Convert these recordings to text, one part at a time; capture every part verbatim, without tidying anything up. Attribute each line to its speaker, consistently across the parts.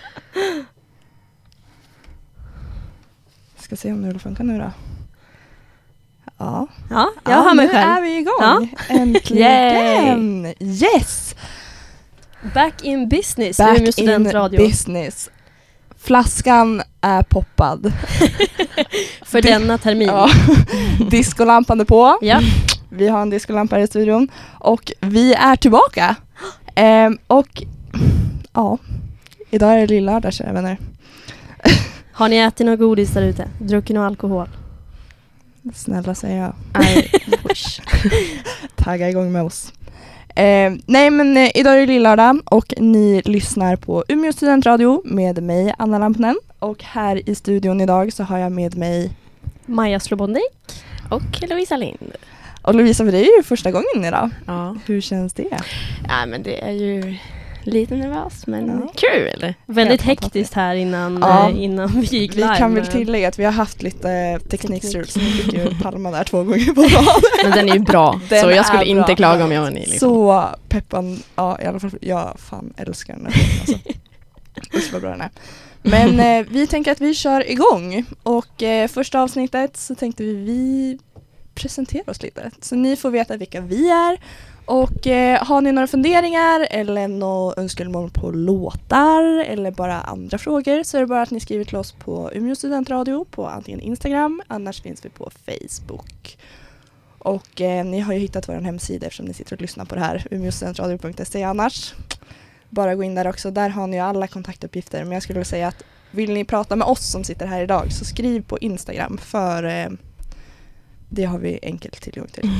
Speaker 1: Ska se om det funkar nu då. Ja,
Speaker 2: ja jag
Speaker 1: ja,
Speaker 2: har mig
Speaker 1: nu
Speaker 2: själv.
Speaker 1: är vi igång.
Speaker 2: Ja.
Speaker 1: Äntligen. Yes.
Speaker 2: Back in business.
Speaker 1: Back
Speaker 2: Umeå studentradio.
Speaker 1: in business. Flaskan är poppad.
Speaker 2: För denna termin.
Speaker 1: Ja. Diskolampan är på.
Speaker 2: Ja.
Speaker 1: Vi har en diskolampa här i studion. Och vi är tillbaka. Ehm, och ja, idag är det lillördag, kära vänner.
Speaker 2: Har ni ätit något godis där ute? Druckit någon alkohol?
Speaker 1: Snälla säga.
Speaker 2: Nej.
Speaker 1: Tagga igång med oss. Eh, nej men eh, idag är det lillördag och ni lyssnar på Umeå studentradio med mig, Anna Lampnen. Och här i studion idag så har jag med mig
Speaker 2: Maja Slobondik.
Speaker 3: Och Lovisa Lind.
Speaker 1: Och Lovisa, för det är ju första gången idag.
Speaker 3: Ja.
Speaker 1: Hur känns det?
Speaker 3: Ja, men det är ju lite nervös, men
Speaker 1: Ja.
Speaker 3: kul.
Speaker 2: Väldigt
Speaker 1: Helt
Speaker 2: hektiskt här innan,
Speaker 1: Ja.
Speaker 2: eh, innan vi gick
Speaker 1: Vi
Speaker 2: live.
Speaker 1: kan väl
Speaker 2: med-
Speaker 1: tillägga att vi har haft lite teknikstrul så vi fick ju palma där två gånger på rad.
Speaker 3: Men den är ju bra,
Speaker 1: Den
Speaker 3: så
Speaker 1: är
Speaker 3: jag skulle
Speaker 1: bra.
Speaker 3: inte klaga om jag var ni. Liksom.
Speaker 1: Så peppan, ja i alla fall, jag fan älskar den här filmen, alltså. Usch vad bra den är. Men eh, vi tänker att vi kör igång. Och eh, första avsnittet så tänkte vi vi presentera oss lite. Så ni får veta vilka vi är. Och eh, har ni några funderingar eller några önskemål på låtar eller bara andra frågor så är det bara att ni skriver till oss på Umeå studentradio på antingen Instagram, annars finns vi på Facebook. Och eh, ni har ju hittat vår hemsida eftersom ni sitter och lyssnar på det här, umeå studentradio punkt se annars. Bara gå in där också, där har ni alla kontaktuppgifter. Men jag skulle vilja säga att vill ni prata med oss som sitter här idag så skriv på Instagram för eh, det har vi enkelt tillgång till.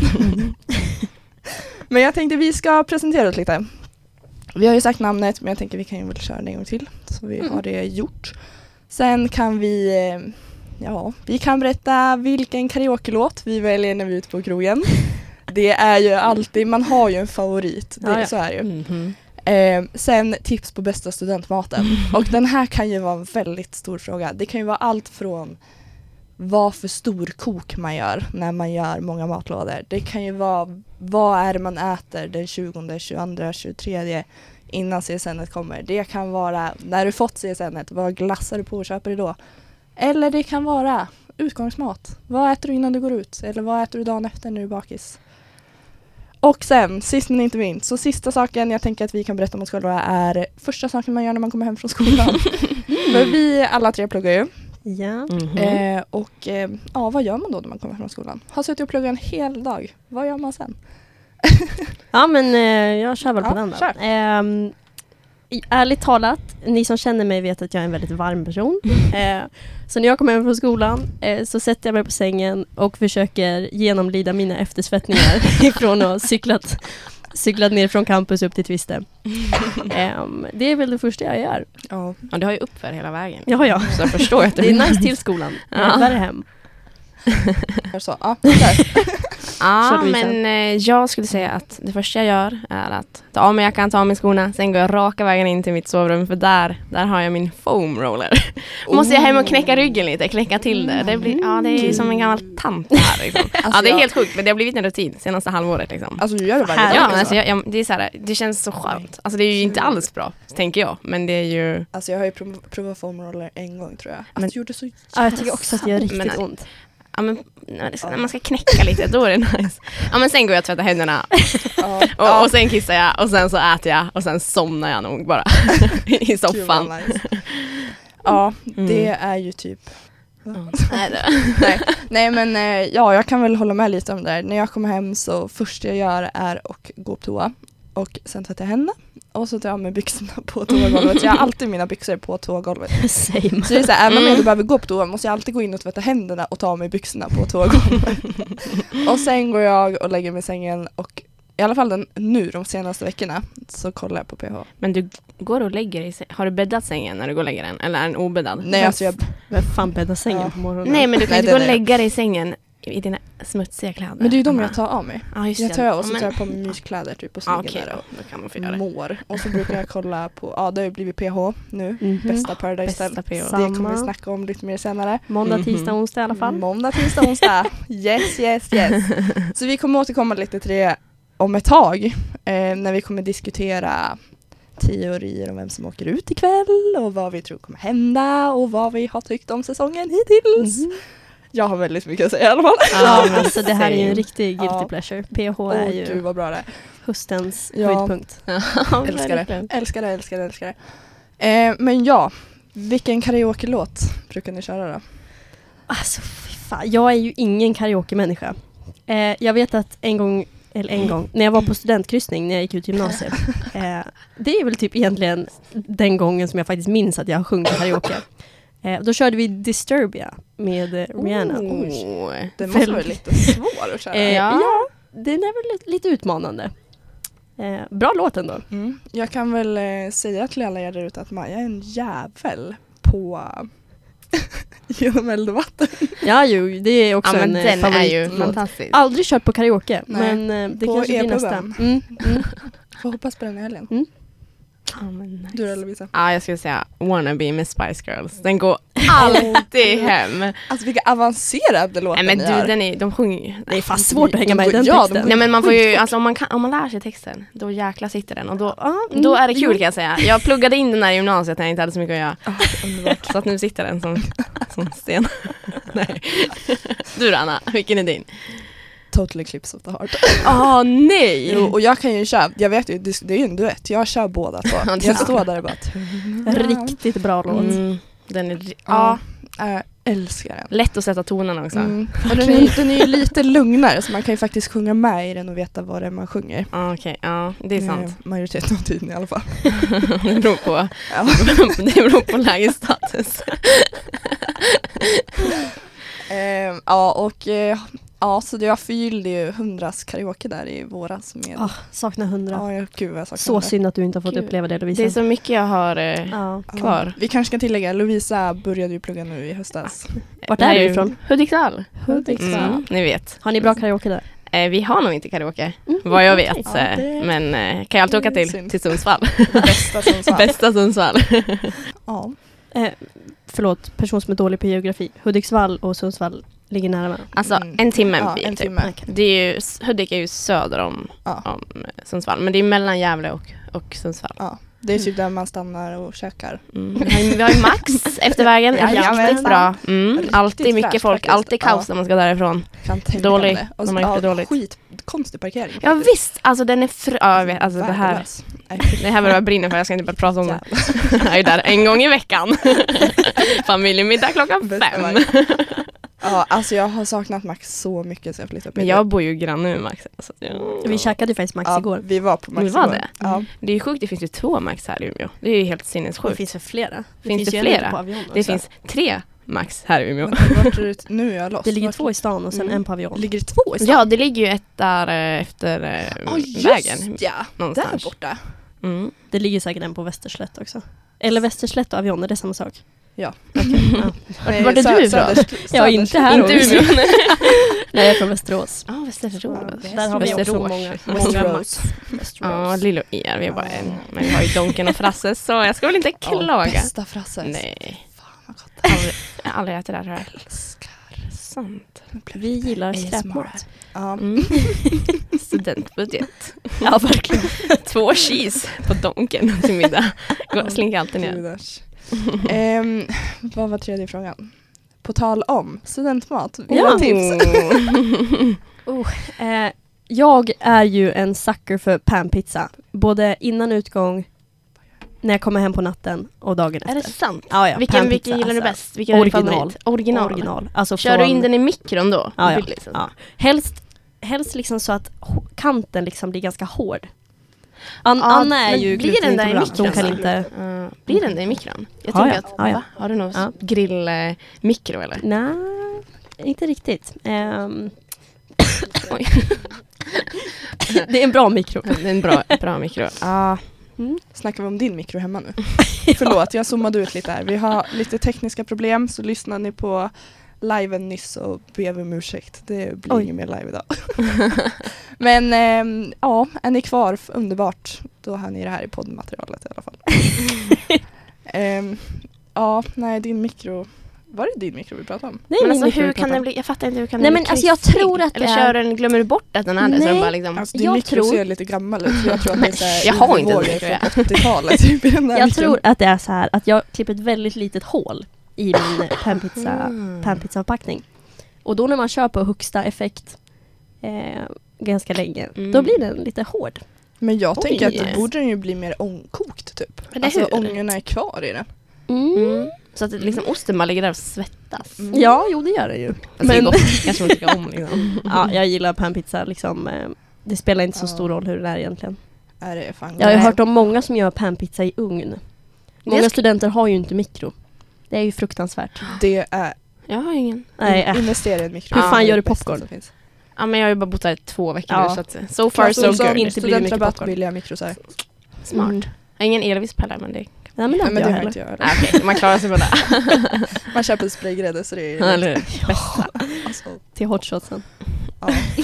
Speaker 1: Men jag tänkte vi ska presentera oss lite. Vi har ju sagt namnet men jag tänker vi kan ju väl köra det en gång till så vi har det gjort. Sen kan vi eh, ja, vi kan berätta vilken karaoke-låt vi väljer när vi är ute på krogen. Det är ju alltid, man har ju en favorit, det,
Speaker 2: Ja, ja.
Speaker 1: så är det ju.
Speaker 3: Mhm.
Speaker 1: Eh, sen tips på bästa studentmaten. Och den här kan ju vara en väldigt stor fråga. Det kan ju vara allt från vad för stor kok man gör när man gör många matlådor. Det kan ju vara vad är det man äter den tjugonde, tjugoandra, tjugotredje innan C S N-et kommer. Det kan vara när du fått C S N-et, vad glassar du på och köper det då? Eller det kan vara utgångsmat. Vad äter du innan du går ut? Eller vad äter du dagen efter när du är bakis? Och sen, sist men inte minst, så sista saken jag tänker att vi kan berätta om oss själva är första saken man gör när man kommer hem från skolan. För vi alla tre pluggar ju.
Speaker 2: Ja.
Speaker 3: Mhm.
Speaker 1: Eh, och eh, ja, vad gör man då när man kommer från skolan? Har suttit och pluggat en hel dag. Vad gör man sen?
Speaker 2: Ja, men eh, jag kör väl
Speaker 1: Ja,
Speaker 2: på den då.
Speaker 1: kör.
Speaker 2: Ehm, i- ärligt talat, ni som känner mig vet att jag är en väldigt varm person. Eh, så när jag kommer hem från skolan eh, så sätter jag mig på sängen och försöker genomlida mina eftersvettningar ifrån att ha cyklat, cyklat ner från campus upp till Tviste. Ehm, det är väl det första jag gör.
Speaker 1: Ja.
Speaker 3: Ja, du har ju uppför hela vägen.
Speaker 2: Ja, ja.
Speaker 3: Så jag förstår att du...
Speaker 2: Det är nice till skolan.
Speaker 3: Ja.
Speaker 2: Värre hem.
Speaker 1: Så, ja, där.
Speaker 3: Ja,
Speaker 2: Kör Lovisa.
Speaker 3: men eh, jag skulle säga att det första jag gör är att ta av mig jackan, ta av mig skorna, sen går jag raka vägen in till mitt sovrum för där, där har jag min foam roller. Måste jag hem och knäcka ryggen lite, knäcka till det. Det, blir, ja, det är ju som en gammal tant här. Liksom. Ja, det är
Speaker 1: jag-
Speaker 3: helt sjukt, men det har blivit en rutin senaste halvåret. Liksom.
Speaker 1: Alltså du gör det varje
Speaker 2: Här-
Speaker 1: dag.
Speaker 3: Ja,
Speaker 1: alltså.
Speaker 3: alltså, jag, jag, det, är så här, det känns så skönt. Alltså, det är ju inte alls bra, tänker jag. Men det är ju...
Speaker 1: Alltså jag har ju prov- provat foam roller en gång tror jag. Alltså,
Speaker 3: Men-
Speaker 1: det gjorde så
Speaker 2: Ja, jag tycker också att det gör riktigt
Speaker 3: Men-
Speaker 2: ont.
Speaker 3: Ja, men, när, det, när man ska knäcka lite, då är det nice. Ja, men sen går jag och tvättar händerna.
Speaker 1: Ja.
Speaker 3: Och, och sen kissar jag, och sen så äter jag, och sen somnar jag nog bara i
Speaker 1: Gud, vad
Speaker 3: soffan.
Speaker 1: nice. Ja,
Speaker 3: Mm.
Speaker 1: det är ju typ
Speaker 3: Ja, nej, det.
Speaker 1: Nej, nej men eh, ja, jag kan väl hålla med lite om det där. När jag kommer hem så först jag gör är att gå på toa och sen tvättar jag händerna och så tar jag med byxorna på toagolvet. Jag har alltid mina byxor på toagolvet.
Speaker 2: Same.
Speaker 1: Så det är så här, även om jag
Speaker 3: Mm.
Speaker 1: inte behöver gå på toa måste jag alltid gå in och tvätta händerna och ta av mig byxorna på toagolvet. Och sen går jag och lägger mig i sängen och i alla fall den, nu de senaste veckorna så kollar jag på P H.
Speaker 3: Men du går och lägger dig, har du bäddat sängen när du går och lägger den? Eller är den obäddad?
Speaker 1: Nej, alltså jag,
Speaker 2: Vem fan bäddar sängen
Speaker 1: Ja.
Speaker 2: på morgonen?
Speaker 3: Nej, men du kan
Speaker 1: Nej,
Speaker 3: inte
Speaker 1: det
Speaker 3: gå och
Speaker 1: är det.
Speaker 3: lägga dig i sängen i dina smutsiga kläder.
Speaker 1: men det är ju de
Speaker 3: Anna.
Speaker 1: jag tar av mig.
Speaker 3: Ja, just
Speaker 1: Jag
Speaker 3: det.
Speaker 1: tar av och så
Speaker 3: Ja,
Speaker 1: tar
Speaker 3: men-
Speaker 1: jag på mig myskläder typ och så
Speaker 3: Ja,
Speaker 1: ligger
Speaker 3: okej
Speaker 1: där
Speaker 3: då.
Speaker 1: och
Speaker 3: Då kan man få göra det.
Speaker 1: mår. Och så brukar jag kolla på, ja det har ju blivit P H nu.
Speaker 2: Mhm.
Speaker 1: Bästa Paradise
Speaker 3: Bästa
Speaker 1: Hotel.
Speaker 3: P H.
Speaker 1: Det kommer vi
Speaker 2: Samma.
Speaker 1: snacka om lite mer senare.
Speaker 2: Måndag,
Speaker 3: Mhm.
Speaker 2: tisdag, onsdag i alla fall.
Speaker 1: Måndag, tisdag, onsdag. Yes, yes, yes. Så vi kommer återkomma lite till det om ett tag. Eh, när vi kommer diskutera teorier om vem som åker ut ikväll och vad vi tror kommer hända och vad vi har tyckt om säsongen hittills. Mm. Jag har väldigt mycket att säga i alla fall.
Speaker 2: Ja, men alltså det här är ju en riktig guilty
Speaker 1: ja.
Speaker 2: pleasure. P H är
Speaker 1: Åh,
Speaker 2: ju
Speaker 1: gud vad bra det är.
Speaker 2: höstens
Speaker 1: Ja.
Speaker 2: höjdpunkt.
Speaker 3: Ja,
Speaker 1: Älskar det.
Speaker 3: verkligen.
Speaker 1: Älskar det, älskar det, älskar det. Eh, men ja, vilken karaoke-låt brukar ni köra då?
Speaker 2: Alltså, fy fan. Jag är ju ingen karaoke-människa. Eh, jag vet att en gång, eller en gång, när jag var på studentkryssning, när jag gick ut gymnasiet. Eh, det är väl typ egentligen den gången som jag faktiskt minns att jag har sjungit karaoke. Eh, då körde vi Disturbia med eh, Rihanna.
Speaker 3: Oh.
Speaker 1: Det måste vara lite svår att köra.
Speaker 2: Eh,
Speaker 3: Ja.
Speaker 2: ja, den är väl lite, lite utmanande. Eh, bra låt ändå.
Speaker 1: Mm. Jag kan väl eh, säga till alla er där ute att Maja är en jävel på genom eld och vatten.
Speaker 2: Ja, jo, det är också
Speaker 3: Ja, men
Speaker 2: en
Speaker 3: den
Speaker 2: favorit.
Speaker 3: är ju
Speaker 2: låt.
Speaker 3: fantastisk.
Speaker 2: Aldrig kört på karaoke,
Speaker 1: Nej.
Speaker 2: men eh, det
Speaker 1: På
Speaker 2: kanske blir nästa.
Speaker 1: e-puben.
Speaker 2: Mm, mm.
Speaker 1: Får hoppas på den i helgen.
Speaker 2: Mm.
Speaker 3: Ja, men nice.
Speaker 1: Du då, Lovisa?
Speaker 3: Ja, jag skulle säga Wannabe med Spice Girls. Den går alltid hem.
Speaker 1: Alltså vilka avancerade låtar
Speaker 3: Nej men
Speaker 1: ni
Speaker 3: du,
Speaker 1: har.
Speaker 3: den är, de sjunger ju.
Speaker 2: Det är fast svårt att hänga med i den
Speaker 1: Ja, de
Speaker 2: texten.
Speaker 3: Nej men man får ju, alltså om man, kan, om man lär sig texten, då jäkla sitter den. Och då,
Speaker 2: Ja, mm,
Speaker 3: då är det kul
Speaker 2: jo.
Speaker 3: kan jag säga. Jag pluggade in den här i gymnasiet när jag inte hade så mycket att göra.
Speaker 1: Ah, underbart.
Speaker 3: Så att nu sitter den som, som sten. Nej. Du då, Anna, vilken är din?
Speaker 1: Total Eclipse of the Heart.
Speaker 3: Åh nej!
Speaker 1: Jo, och jag kan ju köra, jag vet ju, det det är ju en duett. Jag kör båda två.
Speaker 3: Ja, det är
Speaker 1: Jag
Speaker 3: sant.
Speaker 1: står där och bara...
Speaker 2: Riktigt bra låt.
Speaker 3: Mm, den är ri-
Speaker 1: Ja,
Speaker 3: ja,
Speaker 1: jag älskar den.
Speaker 3: lätt att sätta tonerna också.
Speaker 1: Mm. Och den är, den är ju lite lugnare så man kan ju faktiskt sjunga med i den och veta vad det är man sjunger.
Speaker 3: Ja, okej, ja, det är sant.
Speaker 1: Eh, Majoriteten av tiden i alla fall.
Speaker 3: Det beror på,
Speaker 1: Ja.
Speaker 3: det beror på lägesstatus.
Speaker 1: Eh, ja, och eh, ja, så jag förgyllde ju hundras karaoke där i våras med...
Speaker 2: Ah, saknar hundra.
Speaker 1: Ja, jag, gud vad jag saknar
Speaker 2: Så
Speaker 1: det.
Speaker 2: synd att du inte har fått
Speaker 3: Gud.
Speaker 2: uppleva det, Lovisa.
Speaker 3: Det är så mycket jag har eh,
Speaker 2: Ja.
Speaker 3: kvar.
Speaker 1: Vi kanske ska tillägga, Lovisa började ju plugga nu i höstas.
Speaker 2: Vart
Speaker 3: Det
Speaker 2: är
Speaker 3: här
Speaker 2: du
Speaker 3: ju
Speaker 2: ifrån?
Speaker 3: Hudiksvall.
Speaker 2: Hudiksvall.
Speaker 3: Mm, ni vet.
Speaker 2: Har ni bra karaoke där?
Speaker 3: Eh, vi har nog inte karaoke,
Speaker 2: Mm,
Speaker 3: vad jag
Speaker 2: okej.
Speaker 3: vet.
Speaker 1: Ja,
Speaker 3: eh,
Speaker 1: det-
Speaker 3: Men eh, kan jag alltid åka till,
Speaker 1: Synd.
Speaker 3: till Sundsvall.
Speaker 1: Bästa som sa.
Speaker 3: Bästa Sundsvall.
Speaker 1: Ja.
Speaker 2: Eh, förlåt, person som är dålig på geografi. Hudiksvall och Sundsvall ligger nära varandra.
Speaker 3: Alltså
Speaker 1: Mm.
Speaker 3: en timme
Speaker 1: Ja,
Speaker 3: bil
Speaker 1: en
Speaker 3: typ.
Speaker 1: timme.
Speaker 3: Det är ju, Hudik är ju söder om,
Speaker 1: Ja.
Speaker 3: om eh, Sundsvall. Men det är mellan Gävle och, och Sundsvall.
Speaker 1: Ja. Det är typ där man stannar och käkar.
Speaker 3: Mm. Vi, har ju, vi har ju Max efter vägen.
Speaker 1: Jajamän.
Speaker 3: Riktigt bra. Mm.
Speaker 1: Riktigt
Speaker 3: Alltid mycket
Speaker 1: fräscht
Speaker 3: folk,
Speaker 1: faktiskt.
Speaker 3: alltid kaos
Speaker 1: Ja.
Speaker 3: när man ska därifrån.
Speaker 1: Kan tänka
Speaker 3: Dålig.
Speaker 1: mig det. Och
Speaker 3: De
Speaker 1: så,
Speaker 3: har gjort det
Speaker 1: ja,
Speaker 3: dåligt.
Speaker 1: Skitkonstig parkering.
Speaker 3: Ja
Speaker 1: faktiskt.
Speaker 3: visst, alltså den är fr- ja, jag vet, alltså det här,
Speaker 1: Värdelös. Nej,
Speaker 3: det här var jag brinner för, jag ska inte bara prata om det.
Speaker 1: jävlar.
Speaker 3: Jag är där en gång i veckan. Familjemiddag klockan
Speaker 1: Bästa
Speaker 3: fem.
Speaker 1: väg. Ja, alltså jag har saknat Max så mycket så jag flyttade upp
Speaker 3: Men
Speaker 1: hit.
Speaker 3: jag bor ju granne med Max. Alltså, ja.
Speaker 2: Vi käkade ju faktiskt Max
Speaker 1: ja,
Speaker 2: igår.
Speaker 1: vi var på Max
Speaker 3: Vi var
Speaker 1: igår.
Speaker 3: det?
Speaker 1: Ja.
Speaker 3: Det är ju sjukt, det finns ju två Max här i Umeå. Det är ju helt
Speaker 2: Det
Speaker 3: sinnessjukt.
Speaker 2: finns för flera. Det
Speaker 3: Finns det
Speaker 2: ju en
Speaker 3: flera?
Speaker 2: ute på Avion
Speaker 3: Det
Speaker 2: också.
Speaker 3: finns tre Max här i Umeå.
Speaker 1: Men vart är det, nu är jag lost.
Speaker 2: Det ligger
Speaker 1: Vart-
Speaker 2: två i stan och sen
Speaker 1: Mm.
Speaker 2: en på Avion.
Speaker 1: Ligger det två i stan?
Speaker 3: Ja, det ligger ju ett där eh, efter eh,
Speaker 1: Ja, just
Speaker 3: vägen.
Speaker 1: ja.
Speaker 3: Någonstans.
Speaker 1: Där borta.
Speaker 3: Mm.
Speaker 2: Det ligger säkert en på Västerslätt också. Eller Västerslätt och Avion, är det samma sak?
Speaker 1: Ja.
Speaker 2: Okej, ja.
Speaker 1: Nej,
Speaker 3: vart är
Speaker 1: sö-
Speaker 3: du ifrån?
Speaker 1: söders-
Speaker 2: Ja,
Speaker 1: söders-
Speaker 2: inte här.
Speaker 3: Inte Umeå.
Speaker 2: Nej, jag är från Västerås.
Speaker 3: Ja, Västerås.
Speaker 2: Där har vi också
Speaker 3: Västerås.
Speaker 2: många,
Speaker 1: Västerås.
Speaker 2: många Max.
Speaker 3: Ja, Lillo er, vi är bara en. Men vi har ju Donken och Frasse, så jag ska väl inte
Speaker 1: Ja,
Speaker 3: klaga.
Speaker 1: bästa Frasses.
Speaker 3: Nej,
Speaker 1: Fan vad gott.
Speaker 3: aldrig, jag har aldrig ätit det där tror jag.
Speaker 1: Älskar.
Speaker 3: Sant.
Speaker 2: Vi gillar
Speaker 1: A S M R.
Speaker 2: skräpmat.
Speaker 1: Ja.
Speaker 3: Mm. Studentbudget.
Speaker 2: Ja, verkligen.
Speaker 3: Två cheese på Donken till middag. Går- Slinker alltid ner.
Speaker 1: Gudars. Ehm, vad var tredje frågan? På tal om studentmat. Vill
Speaker 2: Ja.
Speaker 1: ja. tips?
Speaker 2: Eh, jag är ju en sucker för panpizza. Både innan utgång, när jag kommer hem på natten och dagen efter.
Speaker 3: Är det sant?
Speaker 2: Ja, ja,
Speaker 3: Vilken,
Speaker 2: panpizza,
Speaker 3: vilken gillar du
Speaker 2: alltså.
Speaker 3: bäst? Vilken är din
Speaker 2: Original.
Speaker 3: favorit? Original.
Speaker 2: Original. Alltså
Speaker 3: Kör
Speaker 2: från,
Speaker 3: du in den i mikron då?
Speaker 2: Ja, ja.
Speaker 3: Bildligt.
Speaker 2: Ja. Helst, helst liksom så att h- kanten liksom blir ganska hård. An-
Speaker 3: Ja,
Speaker 2: Anna är
Speaker 3: men
Speaker 2: ju
Speaker 3: blir den där i
Speaker 2: glutenintolerant. Hon
Speaker 3: mikron
Speaker 2: kan
Speaker 3: då?
Speaker 2: inte...
Speaker 3: Uh, blir den där i mikron? Jag
Speaker 2: Ja,
Speaker 3: tänker
Speaker 2: ja.
Speaker 3: att,
Speaker 2: Ja, ja.
Speaker 3: va? Har du någon
Speaker 2: Ja.
Speaker 3: grillmikro eller?
Speaker 2: Nej, inte riktigt. Ehm,
Speaker 3: Oj.
Speaker 2: det är en bra mikro.
Speaker 3: Det är en bra, bra mikro. Ja.
Speaker 2: Mm.
Speaker 1: Snackar vi om din mikro hemma nu? Förlåt, jag zoomade ut lite här. Vi har lite tekniska problem, så lyssnar ni på liven nyss och ber om ursäkt. Det blir
Speaker 2: Oj.
Speaker 1: inget mer live idag. Men ehm, ja, är ni kvar? F- Underbart. Då har ni det här i poddmaterialet i alla fall. Ehm, ja, nej, din mikro. Var det din mikro vi pratade om?
Speaker 2: Det är
Speaker 3: Men
Speaker 2: min
Speaker 3: alltså
Speaker 2: mikro
Speaker 3: hur
Speaker 2: vi
Speaker 3: kan
Speaker 2: pratar
Speaker 3: det
Speaker 2: om.
Speaker 3: bli, jag fattar inte hur kan
Speaker 2: Nej,
Speaker 3: det bli
Speaker 2: men alltså, jag
Speaker 3: krispig?
Speaker 2: tror att det
Speaker 3: Eller
Speaker 2: är-
Speaker 3: kör den, glömmer du bort att den är det så
Speaker 2: Nej.
Speaker 3: den bara liksom...
Speaker 1: Alltså din
Speaker 2: Jag
Speaker 1: mikro
Speaker 2: tror-
Speaker 1: ser lite gammal ut. Jag tror att det är så här
Speaker 3: Jag har inte en
Speaker 1: vågor
Speaker 3: mikro, ja.
Speaker 1: från åttiotalet typ i den där
Speaker 2: Jag
Speaker 1: mikron.
Speaker 2: tror att det är så här att jag klipper ett väldigt litet hål i min panpizza,
Speaker 3: Mm.
Speaker 2: panpizza-förpackning. Och då när man kör på högsta effekt eh, ganska länge,
Speaker 3: Mm.
Speaker 2: då blir den lite hård.
Speaker 1: Men jag
Speaker 3: Oj.
Speaker 1: tänker att det borde den ju bli mer ångkokt typ.
Speaker 3: Eller
Speaker 1: Alltså
Speaker 3: hur?
Speaker 1: ångorna är kvar i den.
Speaker 3: Mm. Så att det, liksom, osten bara ligger där och svettas.
Speaker 1: Mm.
Speaker 2: Ja, jo det gör det ju.
Speaker 3: Fast det är
Speaker 2: Men
Speaker 3: gott, kanske man tycker om liksom.
Speaker 2: ja, jag gillar panpizza liksom. Eh, det spelar inte så
Speaker 1: Ja.
Speaker 2: stor roll hur det är egentligen.
Speaker 1: Är det fan
Speaker 2: Jag har ju
Speaker 1: gott.
Speaker 2: hört om många som gör panpizza i ugn. Många
Speaker 3: Det sk-
Speaker 2: studenter har ju inte mikro. Det är ju fruktansvärt.
Speaker 1: Det är
Speaker 3: Jag har ingen.
Speaker 2: Nej, äh.
Speaker 1: investera i en mikro.
Speaker 2: Hur
Speaker 3: fan
Speaker 1: Det är
Speaker 2: gör
Speaker 1: det
Speaker 2: du
Speaker 1: bästa
Speaker 2: popcorn?
Speaker 1: som finns.
Speaker 3: Ja men jag har ju bara bott här i två veckor
Speaker 2: Ja.
Speaker 3: nu så att so far
Speaker 1: Claes
Speaker 3: so
Speaker 1: Olsson,
Speaker 3: good.
Speaker 2: inte blir det mycket
Speaker 1: studentrabatt,
Speaker 2: popcorn.
Speaker 1: billiga mikrosar.
Speaker 3: Smart.
Speaker 2: Mm.
Speaker 3: Jag har ingen elvisp heller men det...
Speaker 2: Nej, men det,
Speaker 1: Nej,
Speaker 2: har
Speaker 1: men
Speaker 2: inte
Speaker 1: det
Speaker 2: jag
Speaker 1: har
Speaker 2: heller.
Speaker 1: inte jag heller.
Speaker 3: Ah, okej, man klarar sig på det.
Speaker 1: Man köper spraygrädde så det är
Speaker 3: Ja, eller hur?
Speaker 1: alltså,
Speaker 2: Till hotshotsen.
Speaker 1: ja.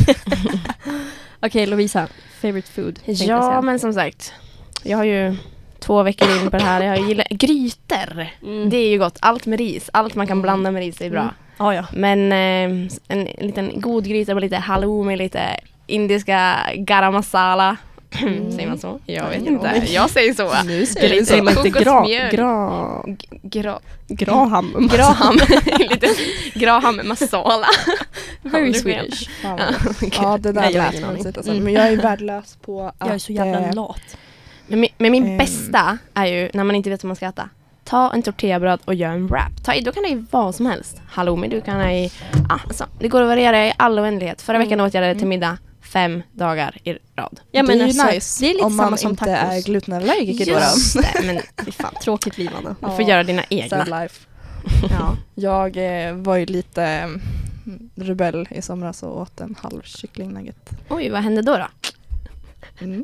Speaker 2: Okej, Lovisa. Favorite food. tänkte jag
Speaker 3: Ja
Speaker 2: säga.
Speaker 3: men som sagt, jag har ju två veckor in på det här. Jag gillar grytor.
Speaker 2: Mm.
Speaker 3: Det är ju gott. Allt med ris. Allt man kan
Speaker 1: Mm.
Speaker 3: blanda med ris är bra.
Speaker 2: Mm. Ja, ja.
Speaker 3: Men eh, en liten god gryta med lite halloumi, lite indiska garam masala.
Speaker 2: Mm.
Speaker 3: Säger man så? Jag vet
Speaker 1: Ingen
Speaker 3: inte.
Speaker 1: aning.
Speaker 3: Jag säger så.
Speaker 1: Nu
Speaker 3: Det
Speaker 1: säger
Speaker 3: är
Speaker 1: vi
Speaker 3: lite-
Speaker 1: så.
Speaker 2: Säger man inte gra,
Speaker 3: kokosmjöl.
Speaker 2: gra,
Speaker 3: G- gra-
Speaker 2: graham?
Speaker 3: graham. lite graham masala.
Speaker 2: Very
Speaker 3: Aldrig fel.
Speaker 2: Swedish.
Speaker 1: Fan,
Speaker 3: Ja,
Speaker 1: vad-
Speaker 3: okej.
Speaker 1: ja, det där
Speaker 2: Nej, jag har
Speaker 1: lät
Speaker 2: ingen
Speaker 1: konstigt alltså.
Speaker 2: aning.
Speaker 1: Men jag är värdelös på att...
Speaker 2: Jag är så jävla
Speaker 1: eh,
Speaker 2: lat.
Speaker 3: Men, min- men min
Speaker 1: Ehm.
Speaker 3: bästa är ju när man inte vet vad man ska äta. Ta en tortillabröd och gör en wrap. Ta i, då kan det ju vad som helst. Halloumi, du kan ha i... Ah, alltså, det går att variera i all oändlighet. Förra veckan åt jag det till middag fem dagar i rad.
Speaker 2: Ja,
Speaker 1: det
Speaker 2: men
Speaker 1: är ju
Speaker 2: alltså,
Speaker 1: nice
Speaker 2: det är lite
Speaker 1: om man
Speaker 2: samma som
Speaker 1: inte
Speaker 2: tacos.
Speaker 1: är glutenallergiker då.
Speaker 3: Just
Speaker 1: då.
Speaker 3: det, men
Speaker 2: Fy fan, tråkigt liv, Anna.
Speaker 3: du får göra dina egna.
Speaker 1: Sad life.
Speaker 2: Ja.
Speaker 1: Jag eh, var ju lite mm, rebell i somras och åt en halv kycklingnugget.
Speaker 3: Oj, vad hände då då?
Speaker 1: Mm.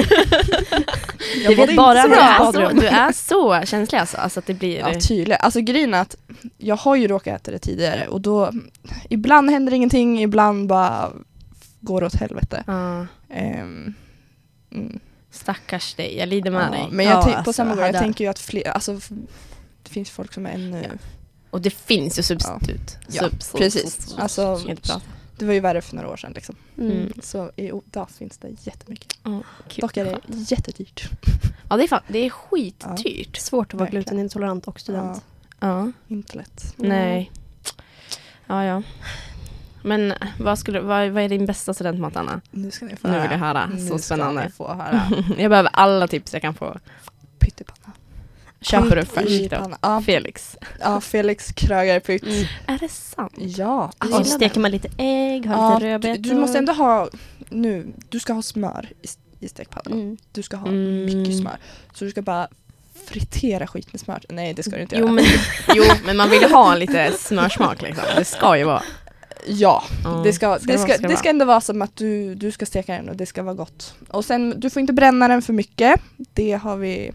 Speaker 2: Det
Speaker 1: mådde
Speaker 2: vet
Speaker 1: inte
Speaker 2: bara
Speaker 1: så
Speaker 3: Du
Speaker 2: han.
Speaker 1: bra.
Speaker 3: är, så, du är så känslig alltså, alltså att det blir...
Speaker 1: Ja, tydligt. Alltså grejen är att jag har ju råkat äta det tidigare och då ibland händer ingenting, ibland bara går det åt helvete.
Speaker 3: Ja,
Speaker 1: Ehm, mm.
Speaker 3: stackars dig, jag lider med
Speaker 1: Ja,
Speaker 3: dig.
Speaker 1: men jag
Speaker 2: Ja,
Speaker 1: tänk, på
Speaker 2: alltså,
Speaker 1: samma gång, jag
Speaker 2: hade-
Speaker 1: tänker ju att fler, alltså f- det finns folk som är ännu,
Speaker 3: Och det finns ju substitut.
Speaker 1: Ja,
Speaker 3: Substitut.
Speaker 1: precis. Alltså,
Speaker 3: Jag kan inte prata.
Speaker 1: det var ju värre för några år sedan liksom.
Speaker 2: Mm.
Speaker 3: Mm.
Speaker 1: Så idag finns det jättemycket.
Speaker 3: Ja, kul.
Speaker 1: Dock är det
Speaker 3: Skönt.
Speaker 1: jättedyrt.
Speaker 3: Ja, det är, fan, det är skitdyrt.
Speaker 2: Svårt att vara
Speaker 1: Verkligen.
Speaker 2: glutenintolerant och student.
Speaker 3: Ja.
Speaker 1: Inte lätt.
Speaker 3: Nej. Ja, ja. Men vad, skulle, vad, vad är din bästa studentmat, Anna?
Speaker 1: Nu ska ni få
Speaker 3: Nu
Speaker 1: höra.
Speaker 3: vill jag höra.
Speaker 1: Nu
Speaker 3: Så
Speaker 1: ska
Speaker 3: spännande.
Speaker 1: ni få höra.
Speaker 3: Jag behöver alla tips jag kan få.
Speaker 1: Pyttipanna.
Speaker 3: Köper du färskt då?
Speaker 1: Pyttipanna. Ja,
Speaker 3: Felix.
Speaker 1: ja, Felix krögarpytt.
Speaker 2: Mm.
Speaker 3: Är det sant?
Speaker 1: Ja.
Speaker 2: Och
Speaker 3: gillar
Speaker 2: så steker man lite ägg, har
Speaker 1: Ja,
Speaker 2: lite
Speaker 1: du,
Speaker 2: rödbetor.
Speaker 1: du måste ändå ha, nu, du ska ha smör i, i stekpannan.
Speaker 2: Mm.
Speaker 1: Du ska ha
Speaker 3: Mm.
Speaker 1: mycket smör. Så du ska bara fritera skit med smör. Nej, det ska du inte
Speaker 3: Jo
Speaker 1: göra.
Speaker 3: men, jo, men man vill ju ha lite smörsmak liksom. Det ska ju vara.
Speaker 1: Ja,
Speaker 3: Ja,
Speaker 1: det ska,
Speaker 3: ska
Speaker 1: det,
Speaker 3: det
Speaker 1: ska,
Speaker 3: vara, ska
Speaker 1: det
Speaker 3: det
Speaker 1: ska ändå vara som att du, du ska steka den och det ska vara gott. Och sen, du får inte bränna den för mycket. Det har vi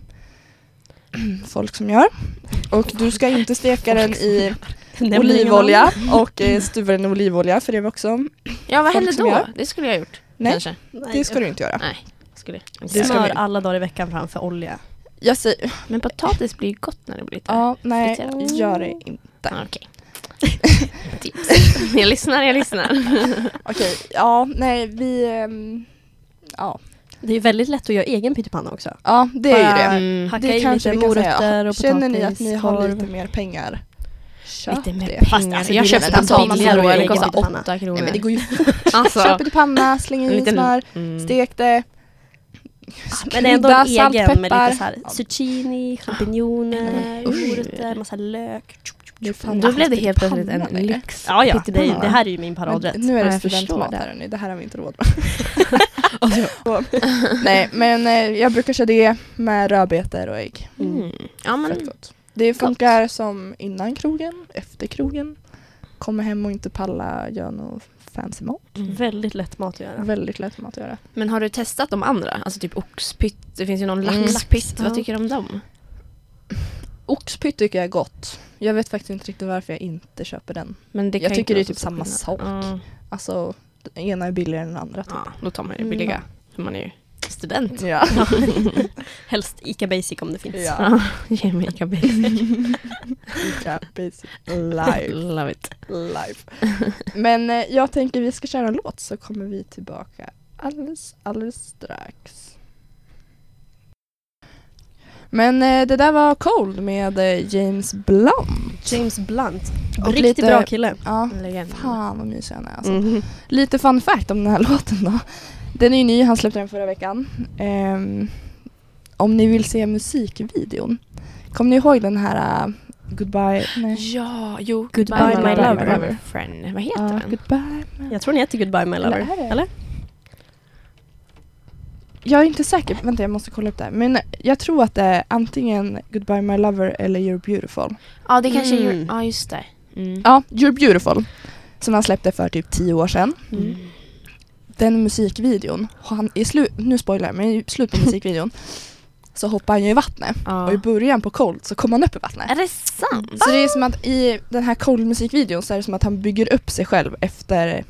Speaker 1: folk som gör. Och du ska inte steka den i
Speaker 2: Nämner
Speaker 1: olivolja och eh, stuva den i olivolja, för det var också.
Speaker 3: Ja, vad
Speaker 1: Folk
Speaker 3: hände
Speaker 1: som
Speaker 3: då?
Speaker 1: gör.
Speaker 3: Det skulle jag ha gjort.
Speaker 1: Nej,
Speaker 3: Kanske.
Speaker 2: ingen
Speaker 1: det ska du inte göra.
Speaker 3: Nej, skulle jag inte
Speaker 1: Det
Speaker 3: göra.
Speaker 1: ska
Speaker 2: Smör
Speaker 1: vi-
Speaker 2: alla dagar i veckan framför olja.
Speaker 1: Jag säger,
Speaker 3: Men potatis blir ju gott när det blir lite...
Speaker 1: ja, nej,
Speaker 3: Fritera.
Speaker 1: gör det inte.
Speaker 3: Ja, okej. Tips. Jag lyssnar, jag lyssnar.
Speaker 1: Okej, ja, nej, vi, ehm, ja.
Speaker 2: Det är ju väldigt lätt att göra egen pyttipanna också.
Speaker 1: Ja, det är ju det.
Speaker 3: Mm.
Speaker 2: Hacka
Speaker 1: Det
Speaker 2: i
Speaker 1: kanske
Speaker 2: lite
Speaker 1: vi kan
Speaker 2: morötter
Speaker 1: säga.
Speaker 2: och
Speaker 1: Känner ni
Speaker 2: potatis,
Speaker 1: att ni har
Speaker 2: korv.
Speaker 1: lite mer pengar? Köp
Speaker 3: Lite mer
Speaker 1: det.
Speaker 3: pengar.
Speaker 2: alltså,
Speaker 3: jag
Speaker 2: det är
Speaker 3: köpte
Speaker 2: nästan
Speaker 3: potatis
Speaker 2: billigare
Speaker 3: igår,
Speaker 2: att
Speaker 3: det
Speaker 2: göra
Speaker 3: kostar
Speaker 2: egen pyttipanna.
Speaker 3: åtta kronor.
Speaker 1: Nej, men det går ju
Speaker 3: Alltså,
Speaker 1: Köp ett panna, släng
Speaker 3: en
Speaker 1: i
Speaker 3: liten-
Speaker 1: smör,
Speaker 3: mm.
Speaker 1: stek det.
Speaker 2: Men det är ändå en
Speaker 1: Krydda, salt,
Speaker 2: egen med
Speaker 1: peppar.
Speaker 2: lite så här zucchini, champinjoner,
Speaker 3: Usch.
Speaker 2: morötter, massa lök.
Speaker 1: Det är fan
Speaker 3: Då blev det helt
Speaker 1: pyttipanna
Speaker 3: plötsligt en
Speaker 1: längre.
Speaker 3: lyx.
Speaker 2: Ja, ja. Det,
Speaker 3: pyttipanna.
Speaker 2: det här är ju min
Speaker 1: Men
Speaker 2: paradrätt.
Speaker 1: nu är
Speaker 3: Ja,
Speaker 1: det
Speaker 3: jag förstår
Speaker 1: studentmat
Speaker 3: det.
Speaker 1: här hörni, det här har vi inte råd med. Så, nej, men eh, jag brukar köra det med rödbetor och ägg.
Speaker 3: Mm. Ja,
Speaker 1: Fett
Speaker 3: men
Speaker 1: gott. Det funkar som innan krogen, efter krogen. Kommer hem och inte palla, gör något fancy mat.
Speaker 3: Mm.
Speaker 2: Väldigt lätt mat att göra.
Speaker 1: Väldigt lätt mat att göra.
Speaker 3: Men har du testat de andra? Alltså typ oxpytt, det finns ju någon
Speaker 1: Mm.
Speaker 3: laxpytt.
Speaker 2: Ja.
Speaker 3: Vad tycker du om dem?
Speaker 1: Oxpytt tycker jag är gott. Jag vet faktiskt inte riktigt varför jag inte köper den.
Speaker 3: Men det
Speaker 1: Jag
Speaker 3: kan
Speaker 1: tycker
Speaker 3: inte
Speaker 1: det är
Speaker 3: vara
Speaker 1: typ
Speaker 3: så
Speaker 1: samma
Speaker 3: stor skillnad.
Speaker 1: sak. Alltså, den ena är billigare än den andra. Typ.
Speaker 3: Ja, då tar man ju
Speaker 1: Mm.
Speaker 3: billiga. För man är ju Student.
Speaker 1: Ja.
Speaker 2: Helst Ica Basic om det finns.
Speaker 1: Ja.
Speaker 3: Ja, ge mig Ica Basic.
Speaker 1: Ica Basic live.
Speaker 3: Love it.
Speaker 1: live. Men eh, jag tänker vi ska köra en låt så kommer vi tillbaka alldeles, alldeles strax. Men eh, det där var Cold med eh, James Blunt.
Speaker 2: James Blunt.
Speaker 1: Och
Speaker 2: Riktigt
Speaker 1: lite-
Speaker 2: bra kille.
Speaker 1: Ja,
Speaker 3: Legend.
Speaker 1: fan vad mysig han är alltså.
Speaker 2: Mhm.
Speaker 1: Lite fun fact om den här låten då. Den är ju ny, han släppte den förra veckan. Ehm, om ni vill se musikvideon. Kommer ni ihåg den här uh, Goodbye? Nej.
Speaker 3: Ja, jo.
Speaker 2: Goodbye,
Speaker 1: my lover.
Speaker 3: lover. Friend. Vad heter
Speaker 1: Ja,
Speaker 3: den?
Speaker 1: Goodbye. my-
Speaker 2: Jag tror ni heter Goodbye My
Speaker 1: Eller
Speaker 2: Lover.
Speaker 1: är det?
Speaker 2: Eller?
Speaker 1: Jag är inte säker, vänta jag måste kolla upp det här. Men jag tror att det är antingen Goodbye My Lover eller You're Beautiful.
Speaker 3: Ja, det kanske är...
Speaker 2: Mm.
Speaker 3: Ja, just det. Mm.
Speaker 1: Ja, You're Beautiful. Som han släppte för typ tio år sedan.
Speaker 3: Mm.
Speaker 1: Den musikvideon, han, i slu, nu spoilar jag, men i slut på musikvideon så hoppar han ju i vattnet.
Speaker 3: Ja.
Speaker 1: Och i början på Cold så kommer han upp i vattnet.
Speaker 3: Är det sant?
Speaker 1: Så det är som att i den här Cold-musikvideon så är det som att han bygger upp sig själv efter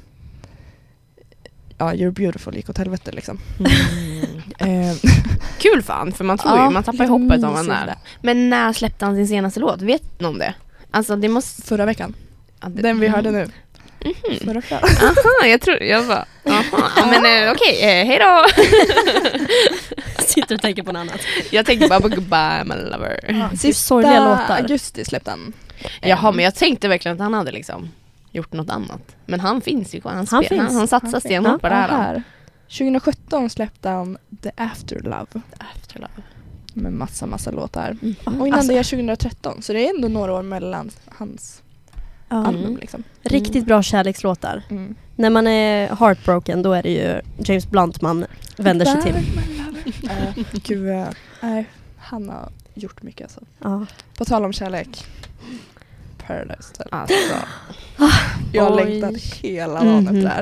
Speaker 1: ja, You're Beautiful gick åt helvete liksom.
Speaker 3: Mm.
Speaker 1: Eh,
Speaker 3: Kul fan, för man tror
Speaker 1: ja,
Speaker 3: ju, man tappar ju
Speaker 1: jag
Speaker 3: hoppet om
Speaker 1: minns
Speaker 3: man är.
Speaker 1: det.
Speaker 3: Men när släppte han sin senaste låt? Vet någon det? Alltså det måste...
Speaker 1: Förra veckan.
Speaker 3: Ja, det-
Speaker 1: Den vi hörde nu.
Speaker 3: Mhm.
Speaker 1: Förra fredagen.
Speaker 3: Aha, jag tror, jag bara, aha. Ja, men eh, okej, eh, hej då.
Speaker 2: Sitter och tänker på något annat.
Speaker 3: Jag tänkte bara på Goodbye My Lover.
Speaker 2: Ja,
Speaker 1: Sista
Speaker 2: sorgliga låtar.
Speaker 1: augusti släppte han.
Speaker 3: Jaha, men jag tänkte verkligen att han hade liksom gjort något annat. Men han finns ju kvar, han,
Speaker 2: Han
Speaker 3: spel, han,
Speaker 2: finns.
Speaker 3: han satsar stenhårt på det här.
Speaker 1: Ja,
Speaker 3: då.
Speaker 1: här. tjugohundrasjutton släppte han The Afterlove
Speaker 3: Afterlove.
Speaker 1: med massa, massa låtar.
Speaker 3: Mm.
Speaker 1: Och innan
Speaker 2: Alltså-
Speaker 1: det är tjugotretton, så det är ändå några år mellan hans
Speaker 2: Ja.
Speaker 1: album liksom.
Speaker 2: Riktigt bra kärlekslåtar.
Speaker 1: Mm.
Speaker 2: När man är heartbroken då är det ju James Blunt man vänder sig till.
Speaker 1: uh, Gud, uh, nej, han har gjort mycket alltså.
Speaker 2: Ja.
Speaker 1: På tal om kärlek. Paradise Hotel.
Speaker 3: Alltså.
Speaker 1: Jag har
Speaker 3: Oj.
Speaker 1: längtat hela dagen
Speaker 2: Mhm.
Speaker 1: efter det här.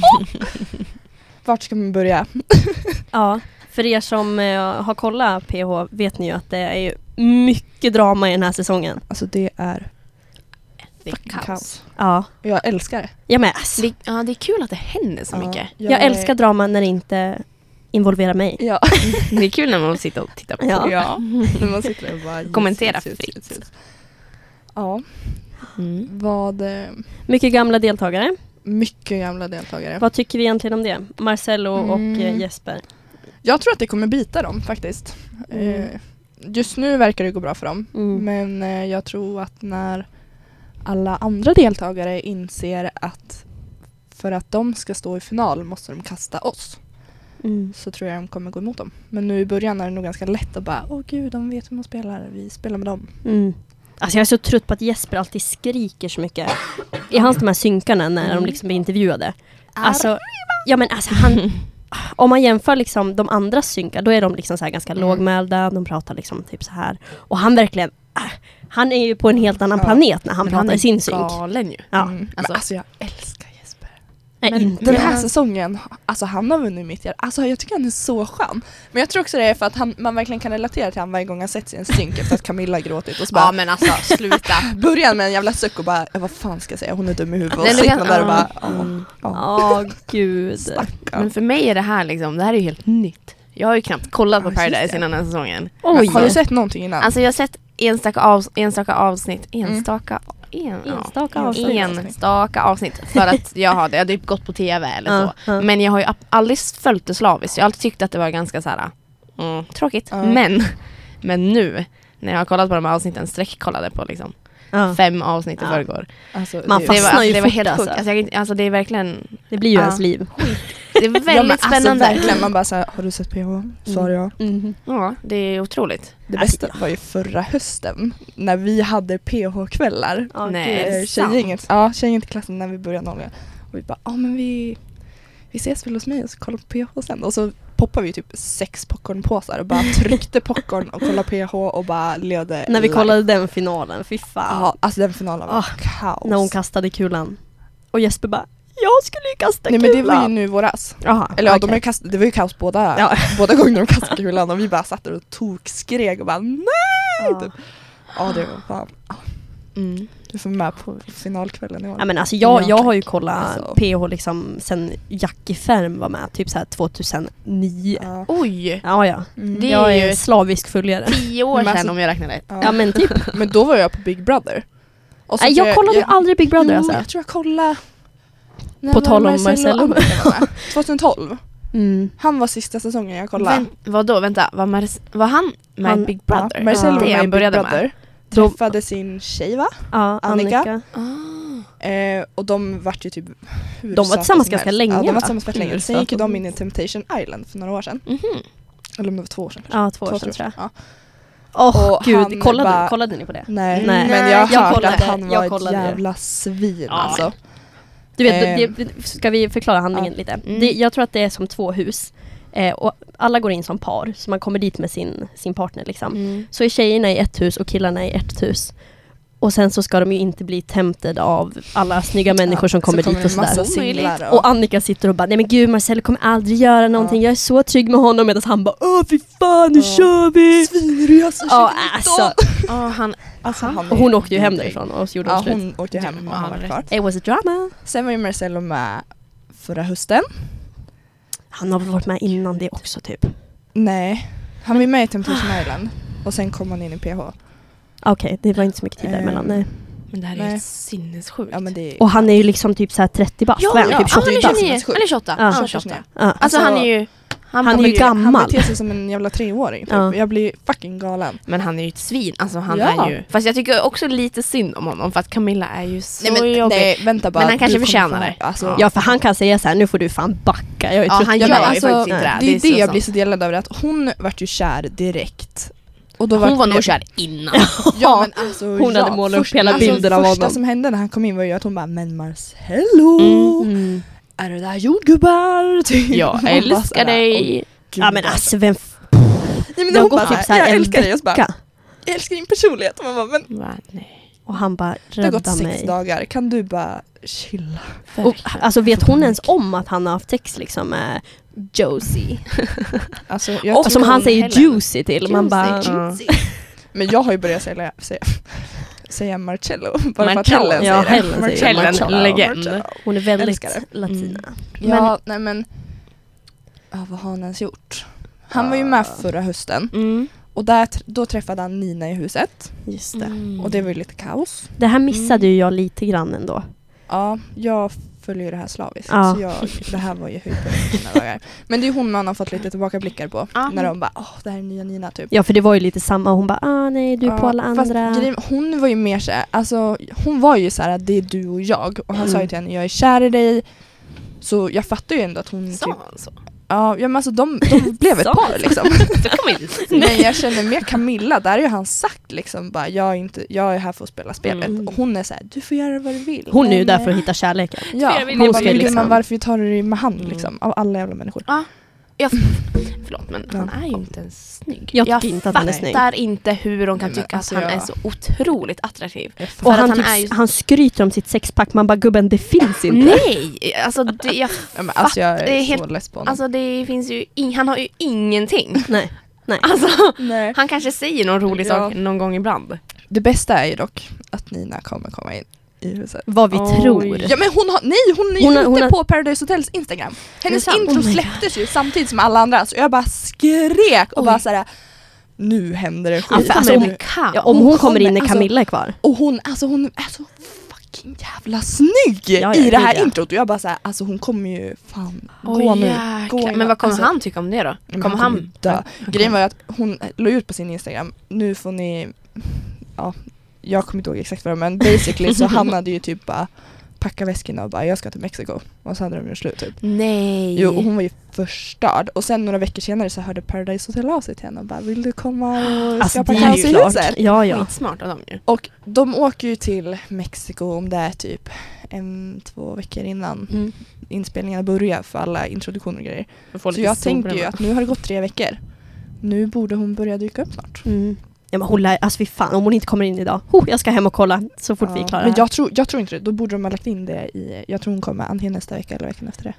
Speaker 1: Vart ska man börja?
Speaker 2: Ja, för er som eh, har kollat P H vet ni ju att det är ju mycket drama i den här säsongen.
Speaker 1: Alltså det är
Speaker 3: Det är
Speaker 1: kaos.
Speaker 3: kaos.
Speaker 2: Ja,
Speaker 1: Jag älskar det.
Speaker 2: jag med. Alltså.
Speaker 3: Det, ja, det är kul att det händer så
Speaker 1: Ja,
Speaker 3: mycket.
Speaker 2: Jag älskar drama när det inte involverar mig.
Speaker 1: Ja.
Speaker 3: Det är kul när man sitter och tittar på.
Speaker 2: Ja.
Speaker 1: Ja. När man sitter och bara
Speaker 3: Kommentera
Speaker 1: yes, yes, yes,
Speaker 3: fritt.
Speaker 1: yes, yes. Ja,
Speaker 3: Mm.
Speaker 1: vad eh,
Speaker 2: Mycket gamla deltagare.
Speaker 1: mycket gamla deltagare.
Speaker 2: Vad tycker vi egentligen om det? Marcello och
Speaker 1: Mm.
Speaker 2: eh, Jesper.
Speaker 1: Jag tror att det kommer bita dem faktiskt.
Speaker 2: Mm.
Speaker 1: Eh, just nu verkar det gå bra för dem.
Speaker 2: Mm.
Speaker 1: Men eh, jag tror att när alla andra deltagare inser att för att de ska stå i final måste de kasta oss,
Speaker 2: Mm.
Speaker 1: så tror jag de kommer gå emot dem. Men nu i början är det nog ganska lätt att bara, åh gud, de vet hur man spelar, vi spelar med dem.
Speaker 2: Mm. Alltså jag är så trött på att Jesper alltid skriker så mycket. I hans de här synkarna när de liksom blir intervjuade. Alltså, ja men alltså han, om man jämför liksom de andra synkar, då är de liksom så här ganska
Speaker 1: Mm.
Speaker 2: lågmälda, de pratar liksom typ så här. Och han verkligen, äh, han är ju på en helt annan
Speaker 1: Ja.
Speaker 2: planet när han
Speaker 3: Men
Speaker 2: pratar
Speaker 3: är
Speaker 2: i sin synk.
Speaker 3: galen ju.
Speaker 2: Ja.
Speaker 1: Mm.
Speaker 3: Alltså-
Speaker 1: Alltså, alltså jag älskar Jesper.
Speaker 2: Nej,
Speaker 3: Men
Speaker 2: inte.
Speaker 1: Den
Speaker 3: Ja.
Speaker 1: här säsongen, alltså han har vunnit mitt hjärta. Alltså jag tycker han är så skön. Men jag tror också det är för att han, man verkligen kan relatera till han varje gång han sätter sig i en synk efter att Camilla gråtit och så bara
Speaker 3: Ja men alltså sluta.
Speaker 1: börjar med en jävla suck och bara, vad fan ska jag säga, hon är dum i huvudet. Och
Speaker 3: Nej,
Speaker 1: så
Speaker 3: det
Speaker 1: sitter
Speaker 3: kan-
Speaker 1: man där och bara,
Speaker 3: ja. Mm.
Speaker 1: ja,
Speaker 2: Åh gud.
Speaker 1: stackarn.
Speaker 3: Men för mig är det här liksom, det här är ju helt nytt. Jag har ju knappt kollat på
Speaker 1: Ja, just
Speaker 3: Paradise
Speaker 1: det.
Speaker 3: innan den här säsongen.
Speaker 2: Oj.
Speaker 1: Har du sett någonting innan?
Speaker 3: Alltså jag har sett enstaka, av, enstaka avsnitt, enstaka, en,
Speaker 2: Enstaka
Speaker 3: ja,
Speaker 2: avsnitt.
Speaker 3: enstaka avsnitt för att jag har det, jag har typ gått på tv eller
Speaker 2: Ja,
Speaker 3: så.
Speaker 2: ja.
Speaker 3: Men jag har ju ap- aldrig följt det slaviskt. Jag har alltid tyckt att det var ganska så här mm, tråkigt.
Speaker 1: Ja.
Speaker 3: Men, men nu när jag har kollat på de här avsnitten, sträckkollade på liksom
Speaker 2: Ja.
Speaker 3: fem avsnitt i
Speaker 2: Ja.
Speaker 3: förrgår.
Speaker 1: Alltså,
Speaker 2: Man
Speaker 1: det-
Speaker 2: fastnar
Speaker 3: det var,
Speaker 2: ju
Speaker 3: det var
Speaker 2: fort,
Speaker 3: helt
Speaker 2: alltså.
Speaker 3: sjukt. Alltså, jag, kan inte- alltså det är verkligen,
Speaker 2: Det blir ju
Speaker 3: Ja.
Speaker 2: ens liv.
Speaker 3: det är väldigt
Speaker 1: ja, men alltså,
Speaker 3: spännande.
Speaker 1: verkligen, man bara såhär, har du sett P H? Svar ja.
Speaker 2: Mm.
Speaker 3: Ja, det är otroligt.
Speaker 1: Det
Speaker 2: Alltså,
Speaker 1: bästa var ju förra hösten när vi hade P H-kvällar.
Speaker 2: Ja,
Speaker 3: Nej.
Speaker 2: gud.
Speaker 3: Är det
Speaker 1: Eh,
Speaker 3: sant?
Speaker 1: Tjejgänget, ja, tjejgänget i klassen när vi började nolla. Och vi bara, ja men vi, vi ses väl hos mig och så kollar på P H sen. Och så poppade vi typ sex popcornpåsar och bara tryckte popcorn och kollade P H och bara levde
Speaker 2: När vi
Speaker 1: live.
Speaker 2: kollade den finalen, fy fan.
Speaker 1: Ja, alltså den finalen var
Speaker 2: Ah,
Speaker 1: kaos.
Speaker 2: När hon kastade kulan. Och Jesper bara, jag skulle ju kasta
Speaker 1: Nej
Speaker 2: kulan.
Speaker 1: men det var ju nu våras.
Speaker 2: Jaha,
Speaker 1: Eller ja,
Speaker 2: okej.
Speaker 1: de har ju kast, det var ju kaos båda,
Speaker 2: Ja.
Speaker 1: båda gånger de kastade kulan och vi bara satt där och tokskrek och bara nej!
Speaker 2: Ja.
Speaker 1: Typ. Ja det var fan.
Speaker 3: Mm.
Speaker 1: Du får med på finalkvällen i år.
Speaker 2: Ja, men alltså jag,
Speaker 1: Ja,
Speaker 2: jag har ju
Speaker 1: tack.
Speaker 2: kollat
Speaker 1: Alltså.
Speaker 2: P H liksom sen Jackie Färm var med, typ så här tjugohundranio.
Speaker 1: Ja.
Speaker 3: Oj!
Speaker 2: Ja, ja.
Speaker 1: Mm.
Speaker 3: Det
Speaker 2: Jag
Speaker 3: är
Speaker 2: är
Speaker 3: ju
Speaker 2: slavisk följare.
Speaker 3: Tio år
Speaker 1: Men
Speaker 3: sedan
Speaker 1: alltså-
Speaker 3: om jag räknar rätt.
Speaker 1: Ja.
Speaker 2: Ja, men typ.
Speaker 1: Men då var jag på Big Brother. Och så
Speaker 2: Nej,
Speaker 1: tror
Speaker 2: jag kollade ju aldrig Big Brother
Speaker 1: jo,
Speaker 2: alltså.
Speaker 1: jag tror jag kollade. När
Speaker 2: På
Speaker 1: var
Speaker 2: tal om
Speaker 1: Marcello
Speaker 2: Marcello.
Speaker 1: Annika var med? tjugohundratolv.
Speaker 2: Mm.
Speaker 1: Han var sista säsongen jag kollade.
Speaker 3: Vänt, vadå, vänta, var, Mar- var han med
Speaker 2: Han-
Speaker 3: i Big Brother?
Speaker 1: Ja, Marcello
Speaker 2: Ja.
Speaker 1: var
Speaker 3: Det
Speaker 1: med i
Speaker 3: han
Speaker 1: Big
Speaker 3: började
Speaker 1: Brother.
Speaker 3: med.
Speaker 2: Då-
Speaker 1: Träffade sin tjej va?
Speaker 2: Ja,
Speaker 1: Annika.
Speaker 2: Annika.
Speaker 3: Ah.
Speaker 1: Eh, och de vart ju typ hur
Speaker 2: De var
Speaker 1: söta
Speaker 2: tillsammans
Speaker 1: som
Speaker 2: ganska
Speaker 1: helst.
Speaker 2: länge,
Speaker 1: Ja, de var
Speaker 2: va?
Speaker 1: tillsammans väldigt länge.
Speaker 2: Hur
Speaker 1: Sen gick ju
Speaker 2: söta
Speaker 1: de
Speaker 2: som
Speaker 1: in i Temptation Island för några år sedan.
Speaker 3: Mhm.
Speaker 1: Eller om det var två år sedan.
Speaker 2: Ja, två år
Speaker 1: Två,
Speaker 2: sedan tror jag.
Speaker 1: Ja.
Speaker 2: Åh
Speaker 1: Och
Speaker 2: gud,
Speaker 1: han
Speaker 2: kollade,
Speaker 1: bara-
Speaker 2: kollade ni på det?
Speaker 1: Nej.
Speaker 2: Nej.
Speaker 1: men jag har
Speaker 2: Jag
Speaker 1: hört
Speaker 2: kollade-
Speaker 1: att han
Speaker 2: jag
Speaker 1: var ett
Speaker 2: kollade det.
Speaker 1: jävla svin
Speaker 2: Ja.
Speaker 1: alltså.
Speaker 2: Du vet,
Speaker 1: Eh.
Speaker 2: det, det, ska vi förklara handlingen
Speaker 1: Ja.
Speaker 2: lite?
Speaker 3: Mm.
Speaker 2: Det, jag tror att det är som två hus. Eh, och alla går in som par, så man kommer dit med sin, sin partner liksom.
Speaker 3: Mm.
Speaker 2: Så är tjejerna i ett hus och killarna i ett hus. Och sen så ska de ju inte bli tempted av alla snygga människor som kommer dit och
Speaker 1: en
Speaker 2: sådär.
Speaker 1: massa
Speaker 3: Omöjligt.
Speaker 1: singlar
Speaker 2: Och Annika sitter och bara, nej men gud Marcel kommer aldrig göra någonting,
Speaker 1: Ja.
Speaker 2: jag är så trygg med honom, medan han bara, åh fy fan nu
Speaker 1: Ja.
Speaker 2: kör vi!
Speaker 1: Svinrig alltså.
Speaker 2: Ja alltså,
Speaker 3: Ah, han,
Speaker 1: alltså han
Speaker 2: och hon åkte ju hem
Speaker 1: ingenting.
Speaker 2: därifrån och så gjorde
Speaker 1: Ja
Speaker 2: hon slut.
Speaker 1: hon åkte hem och han var kvar.
Speaker 2: It was a drama.
Speaker 1: Sen var ju Marcello med förra hösten.
Speaker 2: Han har väl varit med innan det också typ.
Speaker 1: Nej, han var ju med i Temptation Island. Och sen kom han in i P H.
Speaker 2: Okej, det var inte så mycket tid
Speaker 1: Ehm,
Speaker 2: däremellan. Nej.
Speaker 3: men det här är
Speaker 1: Nej.
Speaker 3: helt sinnessjukt.
Speaker 1: Ja, men det är...
Speaker 2: Och han är ju liksom typ så här trettio bast,
Speaker 3: ja,
Speaker 2: vad är han?
Speaker 3: ja.
Speaker 2: Typ
Speaker 3: Ah, han är
Speaker 2: tjugoåtta.
Speaker 3: tjugonio, eller tjugoåtta.
Speaker 2: Ja.
Speaker 3: Ja,
Speaker 1: tjugoåtta.
Speaker 3: tjugoåtta.
Speaker 2: Ja.
Speaker 3: Alltså,
Speaker 1: Alltså,
Speaker 3: han är ju...
Speaker 2: han är ju
Speaker 3: blir-
Speaker 2: gammal.
Speaker 1: Han beter sig som en jävla treåring typ.
Speaker 2: Ja.
Speaker 1: Jag blir fucking galen.
Speaker 3: Men han är ju ett svin. Alltså han
Speaker 1: Ja.
Speaker 3: är ju... Fast jag tycker också lite synd om honom för att Camilla är ju så
Speaker 1: Nej, men,
Speaker 3: jobbig.
Speaker 1: nej vänta bara.
Speaker 3: Men han kanske
Speaker 1: Du kommer
Speaker 3: förtjänar
Speaker 1: få-
Speaker 3: det.
Speaker 1: Alltså,
Speaker 2: Ja, för han kan säga så här, nu får du fan backa. Jag är
Speaker 3: Ja,
Speaker 2: trött.
Speaker 3: han
Speaker 1: Ja,
Speaker 3: gör
Speaker 1: men
Speaker 3: ju
Speaker 1: alltså,
Speaker 3: faktiskt inte det.
Speaker 1: det är
Speaker 3: så
Speaker 1: det jag
Speaker 3: sant.
Speaker 1: blir så delad över, att hon vart ju kär direkt. Och då
Speaker 3: Hon var
Speaker 1: blev-
Speaker 3: nog kär innan.
Speaker 1: Ja, men alltså,
Speaker 2: Hon
Speaker 1: ja,
Speaker 2: hade målat upp
Speaker 1: först-
Speaker 2: hela
Speaker 1: alltså,
Speaker 2: bilden av
Speaker 1: första
Speaker 2: honom.
Speaker 1: som hände när han kom in var ju att hon bara, men Marcello,
Speaker 2: Mm.
Speaker 1: är det där jordgubbar? Typ.
Speaker 3: Jag
Speaker 1: Man bara
Speaker 3: älskar
Speaker 1: såhär,
Speaker 3: dig.
Speaker 1: "Åh, gud,
Speaker 2: Ja men alltså vem f-
Speaker 1: Nej, men
Speaker 2: det har
Speaker 1: hon
Speaker 2: gått
Speaker 1: bara,
Speaker 2: typ så här
Speaker 1: jag
Speaker 2: en
Speaker 1: älskar dig, och så bara,
Speaker 2: vecka.
Speaker 1: jag älskar din personlighet. Och man bara, men
Speaker 3: Va, nej.
Speaker 2: Och han bara,
Speaker 1: det har gått
Speaker 2: rädda
Speaker 1: sex
Speaker 2: mig.
Speaker 1: dagar, kan du bara chilla?
Speaker 2: Och, alltså vet hon ens om att han har haft sex liksom med Josie?
Speaker 1: Alltså, jag
Speaker 2: Och som
Speaker 1: tycker-
Speaker 2: han säger
Speaker 3: Helen.
Speaker 2: Juicy till. Man bara,
Speaker 3: Juicy.
Speaker 1: Men jag har ju börjat säga, säga, säga Marcello. Bara för att
Speaker 3: Marcello.
Speaker 1: Helen
Speaker 2: Ja,
Speaker 1: säger
Speaker 2: Helen
Speaker 1: det.
Speaker 2: säger det.
Speaker 3: Helen,
Speaker 2: Marcello.
Speaker 3: legend.
Speaker 1: Marcello.
Speaker 2: hon är väldigt
Speaker 1: Älskar det.
Speaker 2: latina.
Speaker 1: Ja, nej men ja, vad har han ens gjort? Han var ju med
Speaker 2: Ah.
Speaker 1: förra hösten.
Speaker 3: Mm.
Speaker 1: Och där, då träffade han Nina i huset.
Speaker 2: Just det.
Speaker 3: Mm.
Speaker 1: Och det var ju lite kaos.
Speaker 2: Det här missade ju jag lite grann ändå.
Speaker 1: Ja, jag följer ju det här slaviskt.
Speaker 2: Ja.
Speaker 1: Så jag, det här var ju höjdpunkten i mina dagar. Men det är hon man har fått lite tillbakablickar på.
Speaker 3: Ja.
Speaker 1: När de bara, åh det här är nya Nina typ.
Speaker 2: Ja, för det var ju lite samma. Hon bara, ah nej, du är på alla
Speaker 1: fast
Speaker 2: andra.
Speaker 1: grejen- hon var ju mer såhär, alltså hon var ju såhär att det är du och jag. Och han
Speaker 2: Mm.
Speaker 1: sa ju till henne, jag är kär i dig. Så jag fattar ju ändå att hon
Speaker 3: Sa
Speaker 1: typ,
Speaker 3: han så?
Speaker 1: ja men alltså de, de blev ett
Speaker 2: Sa
Speaker 1: par
Speaker 2: han så?
Speaker 1: liksom.
Speaker 3: Det kommer inte säga.
Speaker 1: Men jag känner med Camilla, där är ju han sagt liksom bara, jag är, inte, jag är här för att spela spelet.
Speaker 2: Mm.
Speaker 1: Och hon är såhär, du får göra vad du vill.
Speaker 2: Hon är ju
Speaker 1: Men,
Speaker 2: där för att
Speaker 1: eh,
Speaker 2: hitta kärleken.
Speaker 1: Ja,
Speaker 3: Jag vill
Speaker 1: hon
Speaker 3: ju
Speaker 1: bara,
Speaker 3: bara
Speaker 1: men
Speaker 2: liksom-
Speaker 1: gumman, varför tar du det med hand
Speaker 2: Mm.
Speaker 1: liksom? Av alla jävla människor.
Speaker 3: Ja. Jag, förlåt men
Speaker 1: Ja.
Speaker 3: han är ju inte ens snygg.
Speaker 2: Jag tycker inte att han är snygg.
Speaker 3: fattar inte hur de kan
Speaker 1: Nej, men
Speaker 3: tycka
Speaker 1: alltså
Speaker 3: att han
Speaker 1: jag-
Speaker 3: är så otroligt attraktiv. För
Speaker 2: Och
Speaker 3: att
Speaker 2: han,
Speaker 3: han
Speaker 2: typ,
Speaker 3: är ju-
Speaker 2: han skryter om sitt sexpack. Man bara, gubben det finns inte.
Speaker 3: Nej! Alltså det, jag,
Speaker 1: Ja, men alltså jag är,
Speaker 3: det är
Speaker 1: så
Speaker 3: helt-
Speaker 1: less på honom.
Speaker 3: alltså det finns ju in, han har ju ingenting.
Speaker 2: Nej. Nej.
Speaker 3: Alltså,
Speaker 1: Nej.
Speaker 3: han kanske säger någon rolig
Speaker 1: Ja.
Speaker 3: sak någon gång ibland.
Speaker 1: Det bästa är ju dock att Nina kommer komma in i huset.
Speaker 2: Vad vi
Speaker 3: Oj.
Speaker 2: tror.
Speaker 1: Ja men hon har, nej hon är
Speaker 2: Hon
Speaker 1: ju
Speaker 2: har-
Speaker 1: ute
Speaker 2: hon har-
Speaker 1: på Paradise Hotels Instagram. Hennes
Speaker 3: Det är sant.
Speaker 1: intro
Speaker 2: Oh my
Speaker 1: släpptes ju samtidigt som alla andra, så jag bara skrek och
Speaker 3: Oj.
Speaker 1: bara såhär, nu händer det
Speaker 2: Ja,
Speaker 1: skit.
Speaker 2: för
Speaker 3: Alltså,
Speaker 2: alltså,
Speaker 3: om, kaos.
Speaker 2: Ja, om hon,
Speaker 1: hon
Speaker 2: kommer in
Speaker 1: kommer-
Speaker 2: när
Speaker 1: alltså-
Speaker 2: Camilla är kvar.
Speaker 1: Och hon, alltså hon är så fucking jävla snygg
Speaker 2: Ja, ja,
Speaker 1: i det här
Speaker 2: gud, ja.
Speaker 1: introt. Och jag bara såhär, alltså hon kommer ju fan
Speaker 3: Oj,
Speaker 1: gå nu.
Speaker 3: jäklar.
Speaker 1: Gå nu.
Speaker 3: Men vad kommer
Speaker 1: Alltså,
Speaker 3: han tycka om det då?
Speaker 1: men
Speaker 3: Kommer
Speaker 1: han
Speaker 3: han...
Speaker 1: kommer dö. Grejen var ju att hon la ut på sin Instagram, nu får ni, ja, jag kommer inte ihåg exakt vad det var, men basically så han hade ju typ bara packa väskorna och bara, jag ska till Mexiko. Och så hade de ju slut typ.
Speaker 3: Nej.
Speaker 1: Jo, och hon var ju förstörd. Och sen några veckor senare så hörde Paradise Hotel av sig till henne och bara, vill du komma och
Speaker 2: Alltså
Speaker 1: skapa
Speaker 2: det är
Speaker 1: kaos
Speaker 2: ju
Speaker 1: i
Speaker 2: klart.
Speaker 1: huset?
Speaker 2: Ja, ja.
Speaker 3: Skitsmart av dem ju.
Speaker 1: Och de åker ju till Mexiko om det är typ en, två veckor innan
Speaker 3: Mm.
Speaker 1: inspelningarna börjar för alla introduktioner och grejer.
Speaker 3: Får
Speaker 1: Så
Speaker 3: lite
Speaker 1: jag tänker ju
Speaker 3: solbränna.
Speaker 1: att nu har det gått tre veckor. Nu borde hon börja dyka upp snart.
Speaker 2: Mm. Ja, men hon lär, alltså fy fan, om hon inte kommer in idag. Oh, jag ska hem och kolla så fort vi är
Speaker 1: Ja,
Speaker 2: klara.
Speaker 1: men
Speaker 2: här.
Speaker 1: jag tror, jag tror inte det. Då borde de ha lagt in det i, jag tror hon kommer antingen nästa vecka eller veckan efter det.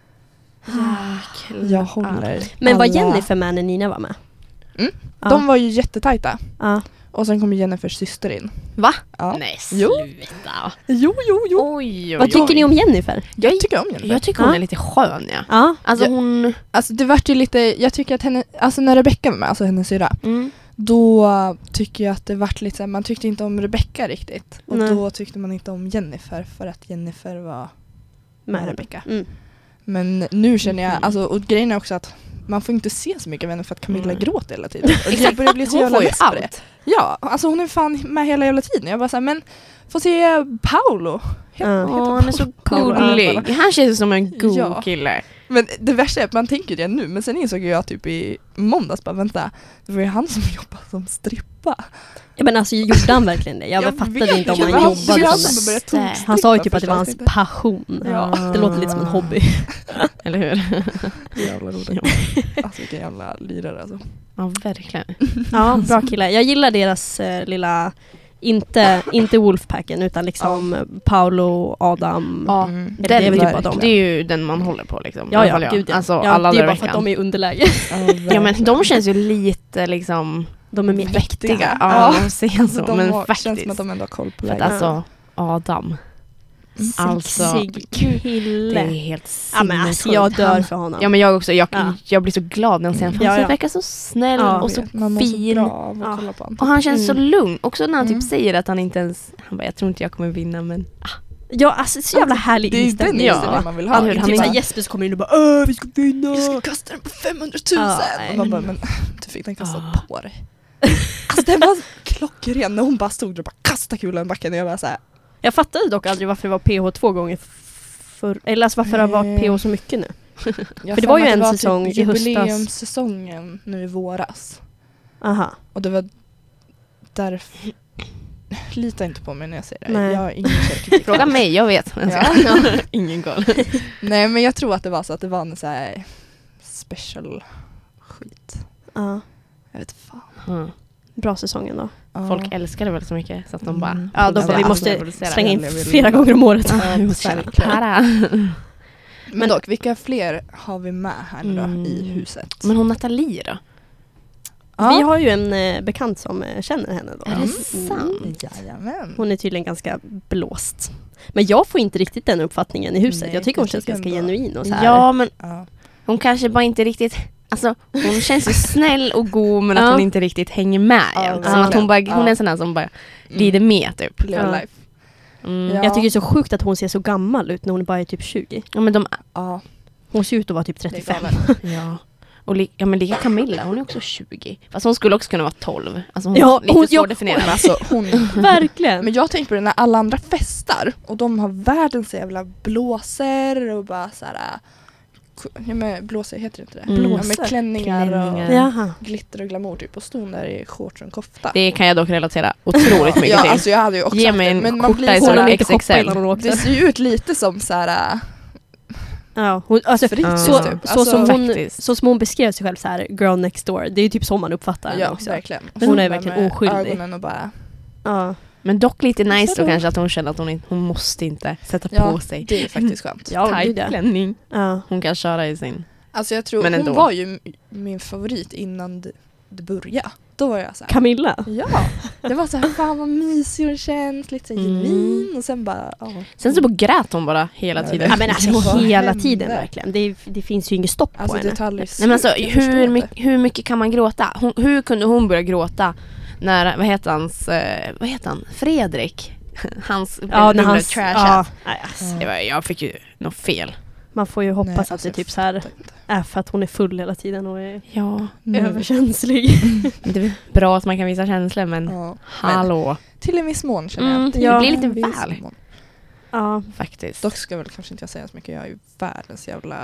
Speaker 3: Jäklar.
Speaker 1: Jag håller
Speaker 2: Men var
Speaker 1: alla-
Speaker 2: Jennifer med när Nina var med?
Speaker 1: Mm.
Speaker 2: Ja.
Speaker 1: De var ju jättetajta.
Speaker 2: Ja.
Speaker 1: Och sen kom Jennifers syster in.
Speaker 3: Va?
Speaker 1: Ja.
Speaker 3: Nej,
Speaker 1: Jo.
Speaker 3: sluta.
Speaker 1: Jo, jo, jo.
Speaker 3: Oj, oj,
Speaker 2: Vad tycker ni om Jennifer?
Speaker 1: Jag tycker om Jennifer.
Speaker 3: Jag tycker hon
Speaker 2: Ja.
Speaker 3: är lite skön, ja.
Speaker 2: Ja.
Speaker 3: Alltså
Speaker 1: Ja.
Speaker 3: hon...
Speaker 1: Alltså det vart ju lite, jag tycker att henne, alltså när Rebecca var med, alltså hennes syrra,
Speaker 3: Mm.
Speaker 1: då tycker jag att det vart lite såhär, man tyckte inte om Rebecca riktigt. Och
Speaker 2: Nej.
Speaker 1: då tyckte man inte om Jennifer för att Jennifer var med
Speaker 2: Med
Speaker 1: Rebecca.
Speaker 2: Mm.
Speaker 1: Men nu känner jag,
Speaker 3: Mhm.
Speaker 1: alltså, och grejen är också att man får inte se så mycket av henne för att Camilla
Speaker 3: Mm.
Speaker 1: gråter hela tiden. Och jag börjar bli så
Speaker 3: Hon
Speaker 1: jävla
Speaker 3: får ju
Speaker 1: less på det.
Speaker 3: allt.
Speaker 1: Ja, alltså hon är fan med hela jävla tiden. Jag bara såhär, men få se Paolo. Helt-
Speaker 2: Ja.
Speaker 1: heter
Speaker 3: Åh, han är så
Speaker 1: Paolo.
Speaker 3: gullig. Han känns som en god
Speaker 1: Ja.
Speaker 3: kille.
Speaker 1: Men det värsta är att man tänker det nu, men sen insåg jag typ i måndags bara, vänta, det var ju han som jobbade som strippa.
Speaker 2: Ja, men alltså gjorde han verkligen det? Jag,
Speaker 1: Jag
Speaker 2: fattade
Speaker 1: vet,
Speaker 2: inte om
Speaker 1: jag
Speaker 2: han
Speaker 1: vet,
Speaker 2: jobbade
Speaker 1: jag
Speaker 2: som
Speaker 1: som
Speaker 2: det.
Speaker 1: började tokstrippa
Speaker 2: Han sa ju typ att det var hans
Speaker 1: första avsnittet.
Speaker 2: passion.
Speaker 1: Ja.
Speaker 2: Det låter lite som en hobby.
Speaker 3: Eller hur?
Speaker 1: Jävla roligt. Alltså vilken jävla lirare alltså.
Speaker 3: Ja, verkligen.
Speaker 2: Ja, bra kille. Jag gillar deras eh, lilla, inte, inte Wolfpacken utan liksom Paolo, Adam.
Speaker 3: Ja,
Speaker 1: Mm.
Speaker 2: det är väl typ
Speaker 1: verkligen.
Speaker 2: bara dem.
Speaker 3: Det är ju den man håller på liksom. I
Speaker 2: Ja,
Speaker 3: alla
Speaker 2: ja,
Speaker 3: fall jag.
Speaker 2: gud ja.
Speaker 3: Alltså
Speaker 2: ja
Speaker 3: alla
Speaker 2: det är
Speaker 3: dagar
Speaker 2: bara
Speaker 3: i
Speaker 2: för att
Speaker 3: veckan.
Speaker 2: de är i underläge.
Speaker 3: Ja, men de känns ju lite liksom
Speaker 2: De är mer
Speaker 3: mäktiga.
Speaker 2: mäktiga.
Speaker 3: Ja,
Speaker 1: Ja.
Speaker 3: de säger
Speaker 1: Alltså,
Speaker 3: så.
Speaker 1: de
Speaker 3: Men
Speaker 1: har,
Speaker 3: faktiskt.
Speaker 1: känns som att de ändå har koll på
Speaker 3: För att
Speaker 1: läget.
Speaker 3: alltså, Adam. Alltså,
Speaker 2: Sexig
Speaker 3: det är
Speaker 2: kille.
Speaker 3: helt
Speaker 2: Ja, men alltså, jag
Speaker 3: sinnessjukt.
Speaker 2: dör
Speaker 3: Han-
Speaker 2: för honom.
Speaker 3: Ja men jag också, jag,
Speaker 2: Ja.
Speaker 3: jag blir så glad när jag ser honom.
Speaker 2: Ja,
Speaker 3: Han
Speaker 2: ja.
Speaker 3: verkar så snäll
Speaker 2: Ja,
Speaker 3: och så
Speaker 1: vet, man mår så
Speaker 3: fin.
Speaker 1: bra av att
Speaker 2: Ja.
Speaker 1: kolla på honom.
Speaker 3: Och han känns så
Speaker 2: Mm.
Speaker 3: lugn. Också när han
Speaker 2: Mm.
Speaker 3: typ säger att han inte ens... Han bara, jag tror inte jag kommer vinna men...
Speaker 2: Ja, alltså så jävla härlig
Speaker 1: Det är ju den
Speaker 2: inställning.
Speaker 1: inställningen
Speaker 3: Ja.
Speaker 1: man vill ha.
Speaker 2: Han,
Speaker 3: hur
Speaker 2: typ
Speaker 3: han
Speaker 2: såhär
Speaker 3: är-
Speaker 2: Jesper så kommer in och bara Åh, vi ska vinna!
Speaker 1: Jag ska kasta den på femhundratusen!
Speaker 2: Ja, nej.
Speaker 1: och man bara, men du fick den kastad
Speaker 3: Ah.
Speaker 1: på dig. Alltså den var klockren när hon bara stod där och bara kastade kulan i backen och jag bara såhär.
Speaker 2: Jag fattade dock aldrig varför det var P H två gånger för, eller alltså varför det har varit P H så mycket nu. För det var ju en säsong i höstas.
Speaker 1: jubileumssäsongen nu i våras.
Speaker 2: Aha.
Speaker 1: Och det var därför... Lita inte på mig när jag säger det.
Speaker 2: Nej.
Speaker 1: Jag har ingen källkritik.
Speaker 3: Fråga mig, jag vet.
Speaker 1: Ja.
Speaker 3: Ingen koll.
Speaker 1: Nej men jag tror att det var så att det var en så här special skit.
Speaker 2: Ja.
Speaker 1: Jag vet fan.
Speaker 3: Mm.
Speaker 2: Bra säsongen då.
Speaker 1: Ja.
Speaker 3: Folk älskar det väl så mycket så att de bara...
Speaker 1: Mm.
Speaker 2: Ja, då
Speaker 1: Ja,
Speaker 2: bara, vi
Speaker 1: det
Speaker 2: måste
Speaker 3: revolutionerar.
Speaker 2: slänga in
Speaker 1: Jag vill-
Speaker 2: flera gånger om året.
Speaker 1: Ja,
Speaker 3: vi måste tjäna
Speaker 1: verkligen.
Speaker 3: para.
Speaker 1: Men dock, vilka fler har vi med här nu då
Speaker 3: Mm.
Speaker 1: i huset?
Speaker 3: Men hon Nathalie då?
Speaker 2: Vi har ju en eh, bekant som eh, känner henne då.
Speaker 3: Är det
Speaker 2: Mm.
Speaker 3: sant?
Speaker 1: Jajamän.
Speaker 2: Hon är tydligen ganska blåst. Men jag får inte riktigt den uppfattningen i huset.
Speaker 1: Nej,
Speaker 2: jag tycker hon
Speaker 1: det
Speaker 2: känns
Speaker 1: tycker jag
Speaker 2: ganska
Speaker 1: ändå.
Speaker 2: genuin och så här.
Speaker 3: Ja, men
Speaker 1: Ja.
Speaker 3: hon kanske bara inte riktigt... Alltså, hon känns ju snäll och god men
Speaker 2: Ja.
Speaker 3: att hon inte riktigt hänger med
Speaker 1: Ja,
Speaker 3: igen. Som
Speaker 1: verkligen.
Speaker 3: att hon, bara, hon
Speaker 1: Ja.
Speaker 3: är en sån här som bara glider med typ.
Speaker 1: Live
Speaker 2: Ja.
Speaker 1: life.
Speaker 3: Mm.
Speaker 1: Ja.
Speaker 2: Jag tycker det är så sjukt att hon ser så gammal ut när hon bara är typ tjugo.
Speaker 3: Ja, men de...
Speaker 1: Ja,
Speaker 2: Hon ser ut att vara typ
Speaker 1: det är
Speaker 2: trettiofem.
Speaker 1: galet.
Speaker 3: Ja. Och li, ja men lika Camilla, hon är också tjugo. Fast hon skulle också kunna vara tolv. Alltså hon
Speaker 2: Ja,
Speaker 3: är lite
Speaker 2: hon- ja,
Speaker 3: svårdefinierad.
Speaker 1: Men alltså hon...
Speaker 2: Verkligen.
Speaker 1: Men jag tänkte på det när alla andra festar och de har världens jävla blåser och bara såhär... Ja men blåser heter det inte det?
Speaker 3: Mm.
Speaker 1: Ja, med klänningar,
Speaker 3: Klänningar.
Speaker 1: och
Speaker 2: Jaha.
Speaker 1: glitter och glamour typ och stod där i shorts och en kofta.
Speaker 3: Det kan jag dock relatera otroligt mycket
Speaker 1: Ja
Speaker 3: till.
Speaker 1: alltså jag hade ju också
Speaker 3: Ge
Speaker 1: haft
Speaker 3: mig
Speaker 1: det,
Speaker 3: en
Speaker 1: men man
Speaker 3: skjorta i
Speaker 1: blir
Speaker 2: Hon
Speaker 3: sådana
Speaker 2: hann
Speaker 1: så,
Speaker 2: inte
Speaker 3: X X
Speaker 2: shoppa
Speaker 3: L.
Speaker 2: innan hon åkte.
Speaker 1: det ser ju ut lite som såhär...
Speaker 2: Ja, hon, alltså,
Speaker 1: Fritids
Speaker 2: så,
Speaker 1: typ.
Speaker 2: så,
Speaker 1: Alltså,
Speaker 2: som hon,
Speaker 3: faktiskt.
Speaker 2: så som hon beskrev sig själv så här, girl next door. Det är ju typ så man uppfattar henne
Speaker 1: Ja
Speaker 2: också.
Speaker 1: verkligen.
Speaker 2: Hon är
Speaker 1: Bara
Speaker 2: verkligen
Speaker 1: med
Speaker 2: oskyldig.
Speaker 1: ögonen och bara...
Speaker 2: Ja.
Speaker 3: Men dock lite nice
Speaker 1: Så
Speaker 3: då
Speaker 1: då.
Speaker 3: kanske att hon känner att hon, inte, hon måste inte sätta
Speaker 1: Ja,
Speaker 3: på sig
Speaker 1: det är faktiskt skönt.
Speaker 2: Ja,
Speaker 3: tight
Speaker 2: gud, ja.
Speaker 3: klänning.
Speaker 2: Ja.
Speaker 3: Hon kan köra i sin...
Speaker 1: Alltså jag tror
Speaker 3: Men
Speaker 1: hon
Speaker 3: ändå.
Speaker 1: var ju m- min favorit innan det, det började. Då var jag så här.
Speaker 2: Camilla.
Speaker 1: Ja, det var så här, fan vad mysig hon känns, lite så här
Speaker 3: Mm.
Speaker 1: genuin och sen bara, ja.
Speaker 3: Sen så bara grät hon bara hela
Speaker 1: Ja,
Speaker 3: tiden.
Speaker 2: Ja, men alltså
Speaker 1: Vad
Speaker 2: hela
Speaker 1: hände?
Speaker 2: tiden verkligen. Det, det finns ju inget stopp
Speaker 1: Alltså
Speaker 2: på henne.
Speaker 1: detaljer.
Speaker 3: Nej men alltså
Speaker 1: jag förstår
Speaker 3: hur,
Speaker 1: inte.
Speaker 3: mycket, hur mycket kan man gråta? Hon, hur kunde hon börja gråta när, vad heter hans, eh, vad heter han? Fredrik? Hans
Speaker 2: Ja, när
Speaker 3: rum
Speaker 2: han...
Speaker 3: blev trashat.
Speaker 2: Ja, nej, alltså,
Speaker 3: Det var, jag fick ju något fel.
Speaker 2: man får ju hoppas
Speaker 1: Nej,
Speaker 2: att
Speaker 1: alltså,
Speaker 2: det typ
Speaker 1: jag
Speaker 2: så här
Speaker 1: fattar inte.
Speaker 2: är för att hon är full hela tiden och är
Speaker 3: Ja,
Speaker 1: Nej.
Speaker 2: överkänslig.
Speaker 3: det är bra att man kan visa känslor men
Speaker 1: Ja.
Speaker 3: hallå,
Speaker 1: Till en viss mån känner jag.
Speaker 3: Mm,
Speaker 1: att
Speaker 3: det
Speaker 2: Ja.
Speaker 3: blir lite
Speaker 1: en viss
Speaker 3: väl
Speaker 1: mån.
Speaker 2: Ja,
Speaker 3: faktiskt.
Speaker 1: Dock ska väl kanske inte jag säga så mycket, jag är ju världens jävla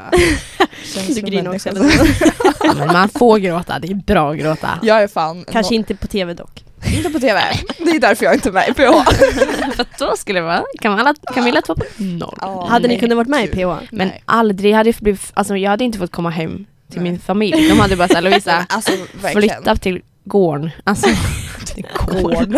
Speaker 2: du griner också.
Speaker 1: känslomänniska.
Speaker 2: Eller?
Speaker 3: Men man får gråta, det är bra att gråta.
Speaker 1: Jag är fan
Speaker 2: Kanske
Speaker 1: no-
Speaker 2: inte på tv dock.
Speaker 1: inte på tv. Det är därför jag inte är med i P H.
Speaker 3: För att då skulle det vara Camilla, Camilla två på noll.
Speaker 1: Ja,
Speaker 2: Hade ni
Speaker 1: nej,
Speaker 2: kunnat varit med i
Speaker 1: gud.
Speaker 2: P H?
Speaker 3: Men
Speaker 1: Nej.
Speaker 3: aldrig hade jag blivit, alltså jag hade inte fått komma hem till
Speaker 1: Nej.
Speaker 3: min familj. De hade bara såhär, Lovisa,
Speaker 1: Alltså verkligen.
Speaker 3: flytta till gården. Alltså, till gården.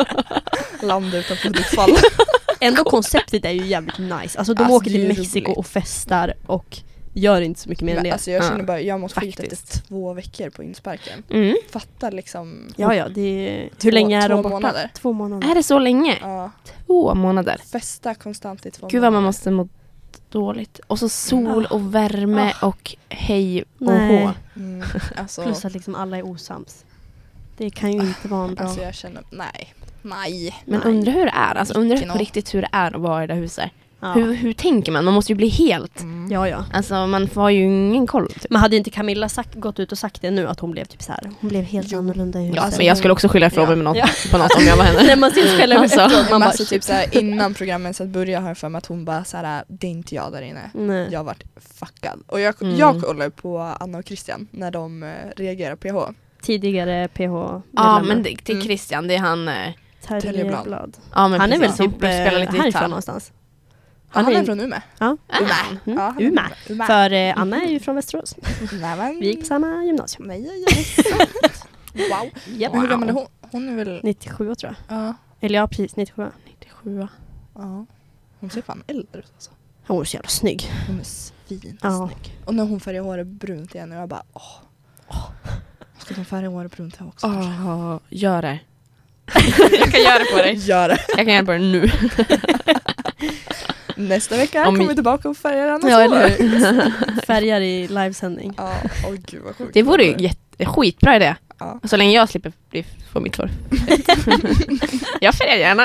Speaker 1: Land utanför Hudiksvall.
Speaker 2: Ändå konceptet är ju jävligt nice. Alltså de
Speaker 1: Alltså,
Speaker 2: åker
Speaker 1: det
Speaker 2: till
Speaker 1: är
Speaker 2: Mexiko
Speaker 1: roligt.
Speaker 2: och festar och gör inte så mycket mer än
Speaker 1: Men,
Speaker 2: det.
Speaker 1: alltså jag känner
Speaker 3: Ja,
Speaker 1: bara, jag måste skita
Speaker 3: faktiskt.
Speaker 1: efter två veckor på insparken.
Speaker 3: Mm.
Speaker 1: Fatta liksom.
Speaker 2: Ja, ja, det är...
Speaker 1: Två-
Speaker 2: Hur länge är
Speaker 1: två
Speaker 2: de borta?
Speaker 1: månader.
Speaker 2: Två månader.
Speaker 3: Är det så länge?
Speaker 1: Ja,
Speaker 3: Två månader.
Speaker 1: festa konstant i två
Speaker 3: Gud vad man
Speaker 1: månader.
Speaker 3: måste må dåligt. Och så sol och värme och hej och
Speaker 2: Nej.
Speaker 3: hå.
Speaker 1: Mm, alltså,
Speaker 2: Plus att liksom alla är osams. Det kan ju inte vara en bra...
Speaker 1: alltså jag känner, nej. Nej.
Speaker 3: Men
Speaker 2: Nej.
Speaker 3: undrar hur det är. Alltså undrar
Speaker 1: Vilken
Speaker 3: på
Speaker 1: å-
Speaker 3: riktigt hur det är att vara i det här huset.
Speaker 2: ja.
Speaker 3: Hur, hur tänker man? Man måste ju bli helt...
Speaker 1: Mm.
Speaker 2: ja, ja.
Speaker 3: Alltså man får ju ingen koll. Typ.
Speaker 2: Men hade inte Camilla sagt, gått ut och sagt det nu att hon blev typ så här. Hon blev helt
Speaker 1: Jo.
Speaker 2: annorlunda i huset.
Speaker 3: Ja, men jag skulle också skylla ifrån mig med något,
Speaker 2: Ja.
Speaker 3: på något om jag var henne.
Speaker 2: När man sitter själv
Speaker 3: Alltså.
Speaker 2: efteråt,
Speaker 1: Man
Speaker 2: man bara
Speaker 1: alltså, typ
Speaker 2: shit.
Speaker 1: såhär, innan programmet så att börja har jag för mig att hon bara såhär, det är inte jag där inne.
Speaker 2: Nej.
Speaker 1: Jag har varit fuckad. Och jag,
Speaker 3: Mm.
Speaker 1: jag kollar på Anna och Christian när de eh, reagerar på P H.
Speaker 2: Tidigare P H
Speaker 3: Ja, men det, till
Speaker 1: Mm.
Speaker 3: Christian, det är han... eh,
Speaker 1: Teljeblad.
Speaker 2: Blad.
Speaker 3: Ja, men
Speaker 2: Han är väl
Speaker 3: precis.
Speaker 2: typ
Speaker 3: Han spelar lite
Speaker 2: eh, härifrån
Speaker 3: gitarr.
Speaker 2: någonstans.
Speaker 1: Han,
Speaker 2: Han
Speaker 1: är
Speaker 2: är-
Speaker 1: från Umeå.
Speaker 2: Ja.
Speaker 3: Ah.
Speaker 1: Umeå.
Speaker 2: Mm.
Speaker 1: Ja, han är
Speaker 2: Umeå.
Speaker 1: från Umeå.
Speaker 2: För eh, Anna är ju från Västerås.
Speaker 1: Nej, men...
Speaker 2: Vi gick på samma gymnasium.
Speaker 1: Nej, yes. Wow.
Speaker 2: Japp.
Speaker 1: Men hur gammal är hon? Hon är väl...
Speaker 2: nittiosju tror jag.
Speaker 1: Ja.
Speaker 2: Eller ja, precis nittiosju.
Speaker 3: nittiosju.
Speaker 1: ja. Hon ser fan äldre ut alltså.
Speaker 2: Hon är så jävla snygg.
Speaker 1: Hon är svinsnygg.
Speaker 2: Ja.
Speaker 1: Och när hon färgar håret brunt igen och jag bara åh. åh. Ska hon färga håret brunt här också?
Speaker 3: Åh, gör det. Jag kan göra det på dig.
Speaker 1: Gör det.
Speaker 3: Jag kan göra det på dig nu.
Speaker 1: Nästa vecka
Speaker 3: Om
Speaker 1: kommer
Speaker 3: vi-
Speaker 1: vi tillbaka och färgar Annas
Speaker 3: Ja,
Speaker 1: hår.
Speaker 3: eller hur?
Speaker 2: Färgar i livesändning.
Speaker 1: Ja, åh gud vad sjukt.
Speaker 3: Det vore ju jätte, skitbra idé.
Speaker 1: Ja.
Speaker 3: Så länge jag slipper bli, få mitt hår. Jag färgar gärna.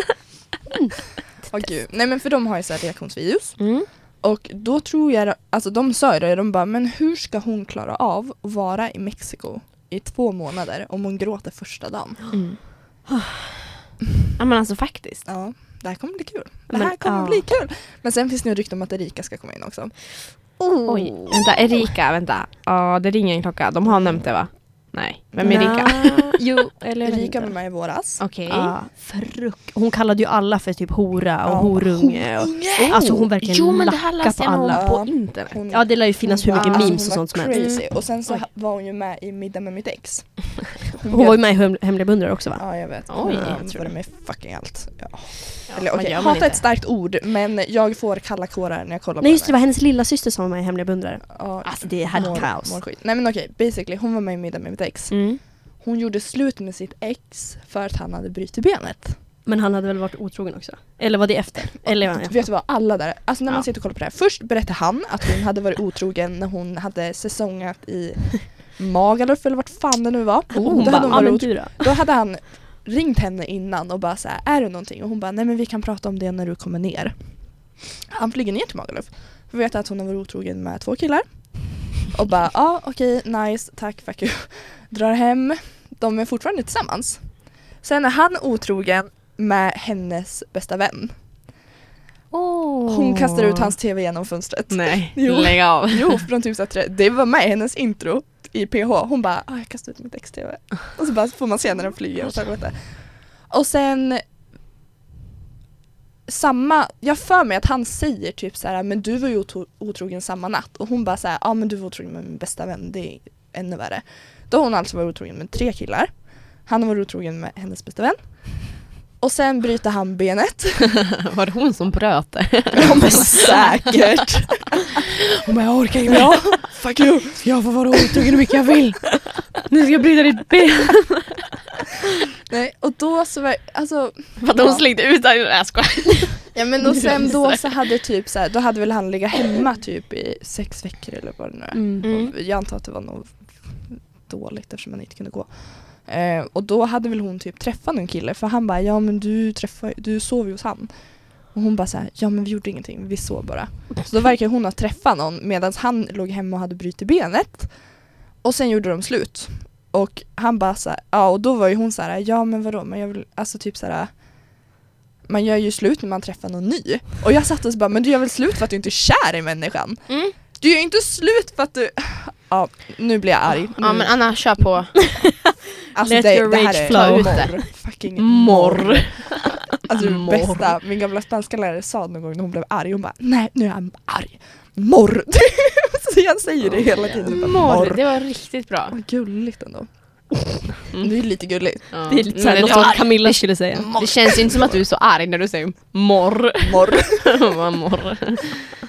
Speaker 1: Åh gud. Nej men för de har ju så här reaktionsvideos.
Speaker 3: Mm.
Speaker 1: Och då tror jag, alltså de sa ju det, de bara, men hur ska hon klara av att vara i Mexiko i två månader om hon gråter första dagen?
Speaker 3: Mm. Ja men alltså faktiskt.
Speaker 1: Ja, det här kommer bli kul. Det
Speaker 2: Men,
Speaker 1: här kommer
Speaker 2: ja.
Speaker 1: bli kul. Men sen finns det ju rykte om att Erika ska komma in också.
Speaker 3: Oj, vänta, Erika, vänta. Ja, det ringer en klocka. De har nämnt det va? Nej, vem är Erika?
Speaker 2: Nja, Jo, eller
Speaker 1: Erika
Speaker 2: inte.
Speaker 1: var med i våras.
Speaker 3: Okej.
Speaker 2: Ja, frukt. Hon kallade ju alla för typ hora och
Speaker 1: Ja,
Speaker 2: horunge. Och,
Speaker 1: horunge.
Speaker 2: alltså hon verkligen
Speaker 3: Jo men det här
Speaker 2: lackar
Speaker 3: läste
Speaker 2: på
Speaker 3: jag nog
Speaker 2: alla.
Speaker 3: på
Speaker 1: Ja.
Speaker 3: internet.
Speaker 1: Hon-
Speaker 2: Ja, det lär ju finnas hur
Speaker 1: hon
Speaker 2: mycket
Speaker 1: var-
Speaker 2: memes och
Speaker 1: hon
Speaker 2: sånt
Speaker 1: var
Speaker 2: som helst.
Speaker 1: crazy. Och sen så
Speaker 3: Oj.
Speaker 1: ha- var hon ju med i Middag med mitt ex.
Speaker 2: Hon var ju med i Hem- Hemliga beundrare också va?
Speaker 1: Ja, jag vet.
Speaker 3: Oj,
Speaker 1: Hon
Speaker 3: jag
Speaker 1: var
Speaker 3: tror det.
Speaker 1: med fucking allt. Ja.
Speaker 3: Ja,
Speaker 1: Eller
Speaker 3: vad
Speaker 1: okej,
Speaker 3: gör man
Speaker 1: hata
Speaker 3: inte?
Speaker 1: ett starkt ord, men jag får kalla kårar när jag kollar
Speaker 2: Nej
Speaker 1: på
Speaker 2: just det, det
Speaker 1: henne.
Speaker 2: var hennes lilla syster som var med i Hemliga beundrare.
Speaker 1: Ja,
Speaker 2: Alltså det hade
Speaker 1: mår-
Speaker 2: kaos.
Speaker 1: mår skit. Nej men okej, basically, hon var med i Middag med mitt ex.
Speaker 3: Mm.
Speaker 1: Hon gjorde slut med sitt ex för att han hade brutit benet.
Speaker 2: Men han hade väl varit otrogen också? Eller var det efter? Eller ja,
Speaker 1: Vet du vad, alla där, alltså när man
Speaker 2: Ja.
Speaker 1: sitter och kollar på det här. Först berättade han att hon hade varit otrogen när hon hade säsongat i Magaluf eller vart fan det nu var.
Speaker 2: Och hon
Speaker 1: då,
Speaker 2: bara,
Speaker 1: hade hon
Speaker 2: ja
Speaker 1: varit
Speaker 2: men
Speaker 1: otro-
Speaker 2: du då?
Speaker 1: då hade han ringt henne innan och bara så här, är det någonting? Och hon bara, nej men vi kan prata om det när du kommer ner. Han flyger ner till Magaluf. För vet att hon har varit otrogen med två killar. Och bara, ja ah, okej, nice, tack, fuck you. Drar hem. De är fortfarande tillsammans. Sen är han otrogen med hennes bästa vän.
Speaker 2: Oh.
Speaker 1: Hon kastar ut hans tv genom fönstret.
Speaker 3: Nej,
Speaker 1: Jo.
Speaker 3: lägg av.
Speaker 1: Jo, från typ så att det var med i hennes intro i P H. Hon bara, ah, jag kastar ut mitt ex-tv. Och så bara får man se när den flyger och så helvete. Och sen samma, jag för mig att han säger typ så här, men du var ju otro, otrogen samma natt. Och hon bara så här, ja ah, men du var otrogen med min bästa vän, det är ännu värre. Då har hon alltså varit otrogen med tre killar. Han har varit otrogen med hennes bästa vän. Och sen bryter han benet.
Speaker 3: Var det hon som bröt det?
Speaker 1: Ja men säkert.
Speaker 3: Hon bara, jag orkar inte.
Speaker 1: Ja, fuck you.
Speaker 3: Jag får vara otrogen hur mycket jag vill. Nu ska jag bryta ditt ben.
Speaker 1: Nej, och då så var, alltså
Speaker 3: För att hon slängde ut där. Jag skojar.
Speaker 1: ja men och sen då så hade typ så här, då hade väl han legat hemma typ i sex veckor eller vad det nu är.
Speaker 2: Mm.
Speaker 3: Mm.
Speaker 1: Och jag antar att det var nog dåligt eftersom man inte kunde gå. Eh, och då hade väl hon typ träffat en kille för han bara, ja men du träffade, du sov ju hos han. Och hon bara så här, ja men vi gjorde ingenting, vi sov bara. Så då verkar hon ha träffat någon medan han låg hemma och hade brutit benet. Och sen gjorde de slut. Och han bara så här, ja och då var ju hon så här, ja men vadå, men jag vill, alltså typ så här, man gör ju slut när man träffar någon ny. Och jag satt och så bara, men du gör väl slut för att du inte är kär i människan?
Speaker 3: Mm.
Speaker 1: Du gör ju inte slut för att du... Ja, nu blir jag arg.
Speaker 3: Ja men Anna, kör på.
Speaker 1: Alltså
Speaker 2: Let
Speaker 1: det,
Speaker 2: your
Speaker 1: det här
Speaker 2: rage
Speaker 1: är
Speaker 2: flow.
Speaker 1: morr. Fucking
Speaker 3: Morr.
Speaker 1: morr. Alltså det
Speaker 3: Morr.
Speaker 1: bästa, min gamla spanska lärare sa någon gång när hon blev arg, hon bara, nej nu är jag arg. Morr. Så jag säger det hela tiden. Bara,
Speaker 3: Morr,
Speaker 1: morr.
Speaker 3: det var riktigt bra.
Speaker 1: Vad gulligt ändå.
Speaker 3: Mm.
Speaker 1: Det är lite gulligt.
Speaker 3: Ja.
Speaker 2: Det är lite såhär
Speaker 3: Men
Speaker 2: något
Speaker 3: det-
Speaker 2: som Camilla skulle säga.
Speaker 3: Det känns ju inte som att du är så arg när du säger morr.
Speaker 1: Morr.
Speaker 3: Vad morr.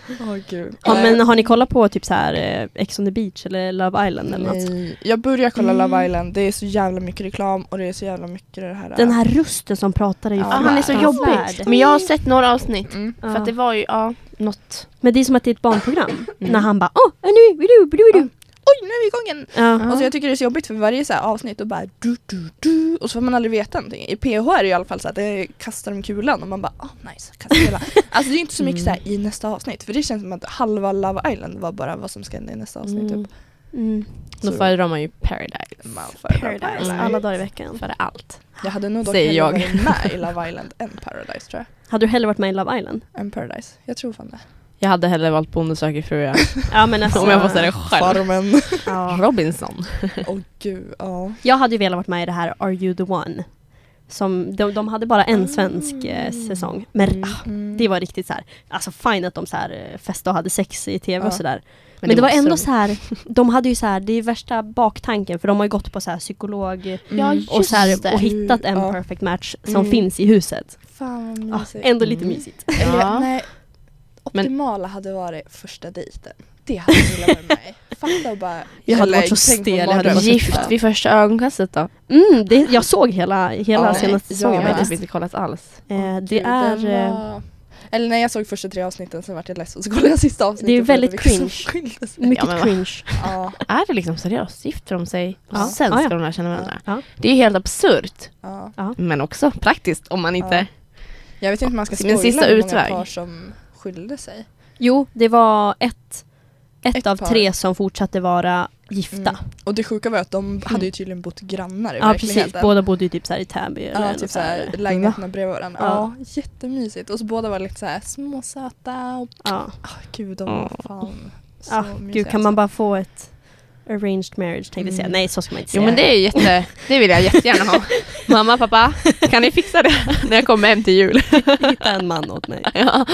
Speaker 1: Åh gud.
Speaker 2: Ja, men har ni kollat på typ så här eh, Ex on the Beach eller Love Island eller något?
Speaker 1: Nej, jag börjar kolla
Speaker 2: Mm.
Speaker 1: Love Island. Det är så jävla mycket reklam och det är så jävla mycket det här.
Speaker 2: Den här rösten som pratar är ju
Speaker 1: Ja,
Speaker 3: Ah, han är så
Speaker 2: fruktansvärd.
Speaker 3: jobbig. Men jag har sett några avsnitt.
Speaker 1: Mm.
Speaker 3: För att det var ju, ja, något.
Speaker 2: Men det är som att det är ett barnprogram.
Speaker 3: Mm.
Speaker 2: När han bara, åh, nu är vi du, du, du.
Speaker 1: Oj, nu är vi igång igen!
Speaker 2: Ja.
Speaker 1: Alltså jag tycker det är så jobbigt för varje så här avsnitt och bara du, du, du, och så får man aldrig veta någonting. I P H är det i alla fall så att det kastar de kulan och man bara, åh oh, nice, kastar kulan. Alltså det är ju inte så mycket så här i nästa avsnitt, för det känns som att halva Love Island var bara vad som ska hända i nästa avsnitt.
Speaker 3: Mm.
Speaker 1: Typ.
Speaker 2: Mm.
Speaker 3: Då
Speaker 1: Så-
Speaker 3: föredrar man ju Paradise.
Speaker 1: Man föredrar
Speaker 2: Paradise,
Speaker 1: Paradise.
Speaker 2: alla dagar i veckan.
Speaker 3: Före allt.
Speaker 1: Jag hade nog dock
Speaker 3: Säger
Speaker 1: hellre
Speaker 3: jag.
Speaker 1: varit med i Love Island än Paradise tror jag.
Speaker 2: Hade du hellre varit med i Love Island?
Speaker 1: Än Paradise. Jag tror fan det.
Speaker 3: Jag hade hellre valt Bonde söker fru. Ja.
Speaker 2: Ja, men alltså,
Speaker 3: Om jag får säga det själv.
Speaker 1: Farmen.
Speaker 2: ja.
Speaker 3: Robinson.
Speaker 1: Åh gud, ja.
Speaker 2: Jag hade ju velat varit med i det här Are You The One? Som, de, de hade bara en svensk eh, säsong. Men
Speaker 3: Mm.
Speaker 2: ah,
Speaker 1: Mm.
Speaker 2: det var riktigt så här. Alltså fine att de så här eh, festade och hade sex i tv
Speaker 1: Ja.
Speaker 2: och sådär. Men, det, var
Speaker 3: måste
Speaker 2: ändå
Speaker 3: de.
Speaker 2: så här. De hade ju så här, det är värsta baktanken. För de har ju gått på så här psykolog
Speaker 3: Ja,
Speaker 1: Mm.
Speaker 2: och, så här,
Speaker 3: just det.
Speaker 2: och hittat en
Speaker 1: Ja.
Speaker 2: perfect match som
Speaker 3: Mm.
Speaker 2: finns i huset.
Speaker 1: Fan vad
Speaker 2: Ah,
Speaker 1: mysigt.
Speaker 2: ändå lite
Speaker 3: Mm.
Speaker 2: mysigt.
Speaker 1: Eller,
Speaker 3: Ja.
Speaker 1: nej, optimala hade varit första dejten. Det hade jag velat vara med i. Fatta och bara...
Speaker 2: Jag hade
Speaker 1: eller
Speaker 2: varit så
Speaker 1: tänk på
Speaker 2: stel, jag hade
Speaker 1: mardröm.
Speaker 2: varit så
Speaker 3: Gift
Speaker 2: stel.
Speaker 3: vid första ögonkastet då?
Speaker 2: Mm, det, jag såg hela, hela
Speaker 1: Ja,
Speaker 2: senaste
Speaker 1: ja,
Speaker 2: säsongen
Speaker 3: Jag har
Speaker 2: faktiskt.
Speaker 3: typ inte kollat alls.
Speaker 2: Eh, det
Speaker 1: Gud,
Speaker 2: är...
Speaker 1: den
Speaker 2: eh,
Speaker 1: var- Eller när jag såg första tre avsnitten så vart jag ledsen. Så kollade jag sista avsnittet.
Speaker 2: Det är
Speaker 1: och kollade
Speaker 2: väldigt
Speaker 1: vilka som
Speaker 2: cringe.
Speaker 1: skilde sig.
Speaker 2: Mycket
Speaker 3: Ja, men va?
Speaker 2: cringe.
Speaker 1: Ja,
Speaker 3: Är det liksom seriöst? Gifter de sig och
Speaker 2: Ja.
Speaker 3: sen
Speaker 2: Ja,
Speaker 3: ska
Speaker 2: ja.
Speaker 3: de lära känna varandra?
Speaker 2: Ja.
Speaker 3: Det är ju helt absurt.
Speaker 1: ja.
Speaker 3: Men också praktiskt om man inte...
Speaker 1: Ja. Jag vet inte om man ska
Speaker 3: Som
Speaker 1: spoila
Speaker 3: en sista
Speaker 1: hur många
Speaker 3: utväg.
Speaker 1: par som skilde sig.
Speaker 2: Jo, det var ett, ett,
Speaker 1: Ett
Speaker 2: av
Speaker 1: par.
Speaker 2: tre som fortsatte vara gifta.
Speaker 1: Mm. Och det sjuka var att de hade ju tydligen bott grannar i
Speaker 2: Ja, precis.
Speaker 1: verkligheten.
Speaker 2: Båda bodde ju typ så här i Täby. Eller
Speaker 1: Ja,
Speaker 2: något
Speaker 1: typ
Speaker 2: så här.
Speaker 1: såhär lägenheterna bredvid varandra.
Speaker 2: Ja.
Speaker 1: Ja, jättemysigt. Och så båda var lite såhär småsöta och
Speaker 2: Ja.
Speaker 1: ah, gud, de var fan så
Speaker 2: Ja,
Speaker 1: mysiga.
Speaker 2: gud, kan man bara få ett arranged marriage, tänkte jag säga.
Speaker 1: Mm.
Speaker 2: Nej, så ska man inte
Speaker 3: Jo
Speaker 2: säga.
Speaker 3: men det är jätte... Det vill jag jättegärna ha. Mamma, pappa, kan ni fixa det när jag kommer hem till jul?
Speaker 2: Hitta en man åt mig.
Speaker 3: Ja,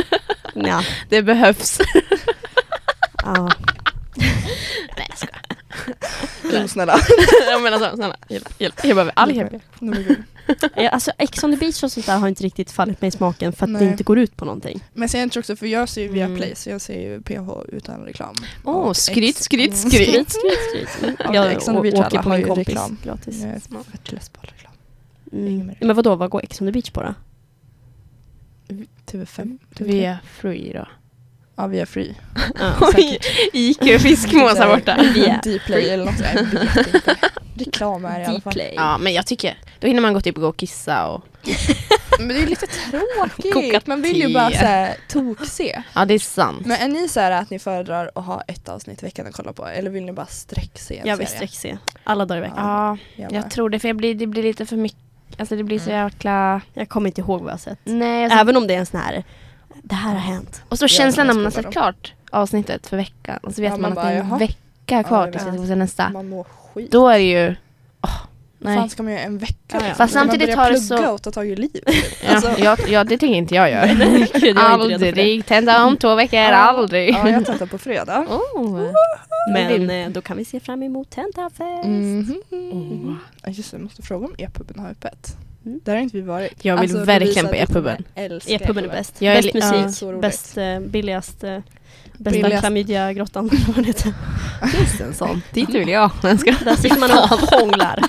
Speaker 2: Ja.
Speaker 3: det behövs.
Speaker 2: Ja.
Speaker 3: Nej, jag skojar.
Speaker 1: Jo, snälla.
Speaker 3: Jag menar så, snälla, hjälp, hjälp. Jag behöver all hjälp.
Speaker 1: Nej, men gud.
Speaker 2: Eh, Alltså Ex on the Beach och sånt där har inte riktigt fallit mig i smaken för att
Speaker 1: Nej.
Speaker 2: det inte går ut på någonting.
Speaker 1: Men sen tror jag också, för jag ser ju via
Speaker 3: Mm.
Speaker 1: Play så jag ser ju P H utan reklam.
Speaker 3: Åh,
Speaker 1: Och
Speaker 3: skryt,
Speaker 1: Ex-
Speaker 3: skryt,
Speaker 1: Mm.
Speaker 3: skryt.
Speaker 2: Skryt, skryt, skryt. Mm.
Speaker 1: Ja,
Speaker 2: Jag
Speaker 1: Ex on the
Speaker 2: å-
Speaker 1: Beach
Speaker 2: åker
Speaker 1: alla
Speaker 2: på
Speaker 1: har
Speaker 2: min
Speaker 1: ju
Speaker 2: kompis
Speaker 1: reklam.
Speaker 2: gratis.
Speaker 1: Jag är fett less på all reklam.
Speaker 2: Mm.
Speaker 1: Ingen mer.
Speaker 2: Men vadå, vad går Ex on the Beach på då?
Speaker 1: T V fem.
Speaker 3: Via Free då.
Speaker 1: Ja, via Free.
Speaker 2: Ja.
Speaker 3: Oj, Ica och fiskmås här borta.
Speaker 2: Via
Speaker 1: Dplay eller något. Jag vet inte. Reklam är det i alla fall.
Speaker 2: Dplay.
Speaker 3: Ja, men jag tycker, då hinner man gå typ och gå och kissa och...
Speaker 1: Men det är lite tråkigt.
Speaker 3: Koka
Speaker 1: Man vill ju
Speaker 3: te.
Speaker 1: bara såhär tok-se.
Speaker 3: Ja, det är sant.
Speaker 1: Men är ni så här att ni föredrar att ha ett avsnitt i veckan att kolla på? Eller vill ni bara sträckse en
Speaker 2: Jag vill
Speaker 1: serie?
Speaker 2: sträckse. Alla dagar i veckan.
Speaker 3: Ja,
Speaker 1: Jag med.
Speaker 3: jag tror det, för jag blir, det blir lite för mycket, alltså det blir så
Speaker 1: Mm.
Speaker 3: jäkla...
Speaker 2: Jag kommer inte ihåg vad jag har sett.
Speaker 3: Nej, alltså,
Speaker 2: Även om det är en sån här, det här har hänt.
Speaker 3: och så
Speaker 1: Jag
Speaker 3: känslan när
Speaker 1: kan
Speaker 3: man har
Speaker 1: spola
Speaker 3: sett
Speaker 1: dem.
Speaker 3: klart avsnittet för veckan och så vet
Speaker 1: Ja,
Speaker 3: man,
Speaker 1: man
Speaker 3: att
Speaker 1: bara,
Speaker 3: det är en
Speaker 1: jaha.
Speaker 3: vecka
Speaker 1: Ja,
Speaker 3: kvar
Speaker 1: jag
Speaker 3: tills
Speaker 1: vet.
Speaker 3: jag får se nästa.
Speaker 1: Man mår skit.
Speaker 3: Då är det ju... åh,
Speaker 1: Vad
Speaker 3: nej.
Speaker 1: fan ska man göra en vecka?
Speaker 2: Ja, ja.
Speaker 3: Fast
Speaker 1: Ska man
Speaker 3: samtidigt
Speaker 1: börja
Speaker 3: tar det
Speaker 1: plugga
Speaker 3: så-
Speaker 1: och ta tag i livet?
Speaker 3: Ja,
Speaker 1: Alltså-
Speaker 3: jag, ja, det tänker inte jag göra.
Speaker 2: Gud, jag är inte redo för det.
Speaker 3: Aldrig. Tenta om två veckor, aldrig.
Speaker 1: Ja, jag tentar på fredag.
Speaker 3: Oh.
Speaker 2: Men eh, då kan vi se fram emot tentafest.
Speaker 1: Mhm.
Speaker 3: Oh.
Speaker 1: Ja, just det, jag måste fråga om e-puben har öppet.
Speaker 2: Mm.
Speaker 1: Där har inte vi varit.
Speaker 3: Jag vill
Speaker 1: Alltså,
Speaker 3: verkligen
Speaker 1: Lovisa,
Speaker 3: på
Speaker 1: du kommer
Speaker 3: e-puben.
Speaker 1: älska
Speaker 2: E-puben är bäst.
Speaker 3: Jag är
Speaker 2: Bäst
Speaker 3: li- ja.
Speaker 2: musik,
Speaker 1: Så roligt.
Speaker 2: bäst, eh, billigast, eh, bästa
Speaker 1: Billigast.
Speaker 2: klamydia-grottan. vad det heter.
Speaker 3: Finns det en sån? Dit vill jag. Jag ska...
Speaker 2: Där sitter man och hånglar.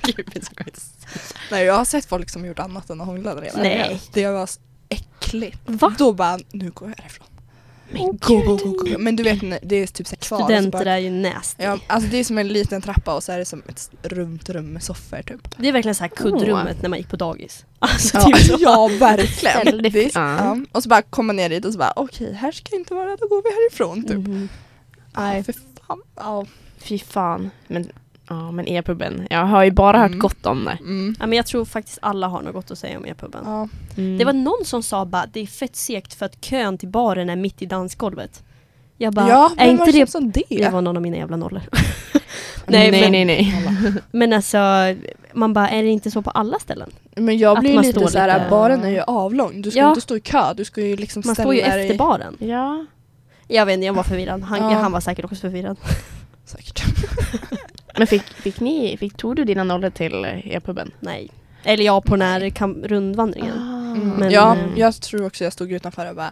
Speaker 1: Nej, jag har sett folk som gjort annat än att hångla där redan.
Speaker 2: Nej.
Speaker 1: Det var så äckligt.
Speaker 2: Va?
Speaker 1: Då bara, nu går jag härifrån.
Speaker 2: Men
Speaker 1: Go, go, go, go. Men du vet, det är typ så här kvar. och så
Speaker 2: studenter
Speaker 1: bara-
Speaker 2: är ju nasty.
Speaker 1: Ja, alltså det är som en liten trappa och så är det som ett rumt rum med soffor typ.
Speaker 2: Det är verkligen så här kuddrummet när man gick på dagis. Alltså
Speaker 1: Ja,
Speaker 2: typ så.
Speaker 1: ja verkligen.
Speaker 3: Ställ dig-
Speaker 1: Det är,
Speaker 3: ja.
Speaker 1: ja. Och så bara kommer man ner dit och så bara, okej, här ska jag inte vara, då går vi härifrån typ.
Speaker 2: Mhm.
Speaker 1: Nej, för fan. Ja.
Speaker 3: Fy fan. Men, ja, men e-puben. Jag har ju bara hört
Speaker 1: Mm.
Speaker 3: gott om det.
Speaker 1: Mm.
Speaker 2: Ja, men jag tror faktiskt alla har något gott att säga om e-puben.
Speaker 1: Ja.
Speaker 3: Mm.
Speaker 2: Det var någon som sa bara det är fett segt för att kön till baren är mitt i dansgolvet. Jag bara,
Speaker 1: Ja,
Speaker 2: är
Speaker 1: vem var
Speaker 2: inte
Speaker 1: det
Speaker 2: det...
Speaker 1: som det?
Speaker 2: Det var någon av mina jävla nollor.
Speaker 3: Nej,
Speaker 2: Nej,
Speaker 3: nej,
Speaker 2: men-
Speaker 3: nej, nej.
Speaker 2: Men alltså, man bara, är det inte så på alla ställen?
Speaker 1: Men jag
Speaker 2: Att
Speaker 1: blir
Speaker 2: man
Speaker 1: lite
Speaker 2: står
Speaker 1: så här,
Speaker 2: lite-
Speaker 1: baren är ju avlång. Du ska
Speaker 2: Ja.
Speaker 1: inte stå i kö, du ska ju liksom
Speaker 2: Man
Speaker 1: ställa
Speaker 2: står ju
Speaker 1: dig
Speaker 2: efter
Speaker 1: i...
Speaker 2: baren.
Speaker 3: Ja.
Speaker 2: Jag vet inte, jag var förvirrad. Han,
Speaker 1: Ja.
Speaker 2: ja, han var säkert också förvirrad.
Speaker 1: Säkert.
Speaker 3: Men fick, fick ni, fick, tog du dina nollor till eh, e-puben?
Speaker 2: Nej. Eller jag på den här kam- rundvandringen.
Speaker 1: Mm.
Speaker 2: Men,
Speaker 1: ja,
Speaker 2: eh,
Speaker 1: jag tror också jag stod utanför och bara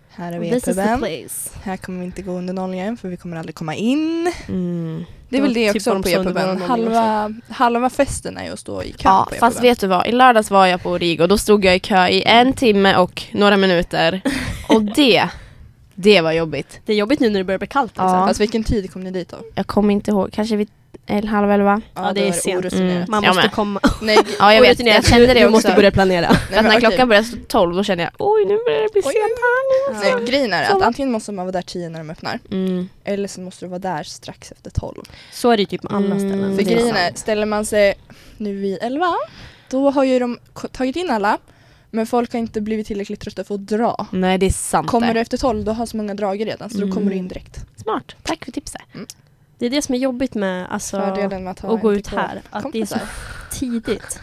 Speaker 1: Här är
Speaker 2: This is the
Speaker 1: V-puben.
Speaker 2: place.
Speaker 1: Här kommer vi inte gå under noll igen för vi kommer aldrig komma in.
Speaker 3: Mm.
Speaker 1: Det är väl det
Speaker 2: Typ
Speaker 1: också
Speaker 2: var de
Speaker 1: på
Speaker 2: så under våra
Speaker 1: V-puben.
Speaker 2: nollning
Speaker 1: Halva, halva festen är ju att stå i kö
Speaker 3: Ja,
Speaker 1: på
Speaker 3: fast
Speaker 1: V-puben.
Speaker 3: vet du vad? I lördags var jag på Origo. Då stod jag i kö i en timme och några minuter. Och det, det var jobbigt.
Speaker 2: Det är jobbigt nu när det börjar bli kallt. Liksom.
Speaker 3: Ja.
Speaker 1: Alltså vilken tid kom ni dit då?
Speaker 3: Jag kommer inte ihåg. Kanske vid el, halv elva.
Speaker 2: Ja, det
Speaker 1: då
Speaker 2: är sent.
Speaker 1: orutinerat.
Speaker 3: Mm.
Speaker 2: Man
Speaker 3: Jag
Speaker 2: måste
Speaker 3: med.
Speaker 2: komma.
Speaker 1: Nej,
Speaker 3: Ja, jag vet.
Speaker 2: Orutinerat.
Speaker 3: Jag kände det
Speaker 2: Du
Speaker 3: också.
Speaker 2: måste börja planera.
Speaker 1: nej,
Speaker 3: För att när
Speaker 1: okej.
Speaker 3: klockan började stå tolv, då kände jag, oj, nu börjar det bli
Speaker 1: Oj.
Speaker 3: sent här.
Speaker 1: Nej, grejen är att antingen måste man vara där tio när de öppnar.
Speaker 3: Mm.
Speaker 1: Eller så måste du vara där strax efter tolv.
Speaker 2: Så är det ju typ med alla
Speaker 3: Mm.
Speaker 2: ställen.
Speaker 1: För
Speaker 3: Det är
Speaker 1: grejen är,
Speaker 3: sant.
Speaker 1: ställer man sig nu vid elva, då har ju de k- tagit in alla. Men folk har inte blivit tillräckligt trötta för att dra.
Speaker 3: Nej, det är sant.
Speaker 1: Kommer
Speaker 3: det.
Speaker 1: du efter tolv, då har så många dragit redan. Så då
Speaker 3: Mm.
Speaker 1: kommer du in direkt.
Speaker 3: Smart. Tack för tipset.
Speaker 2: Det är det som är jobbigt med alltså,
Speaker 1: Fördelen med att ha
Speaker 2: att gå
Speaker 1: en
Speaker 2: ut
Speaker 1: till
Speaker 2: här. Att det är så
Speaker 1: kompisar.
Speaker 2: tidigt.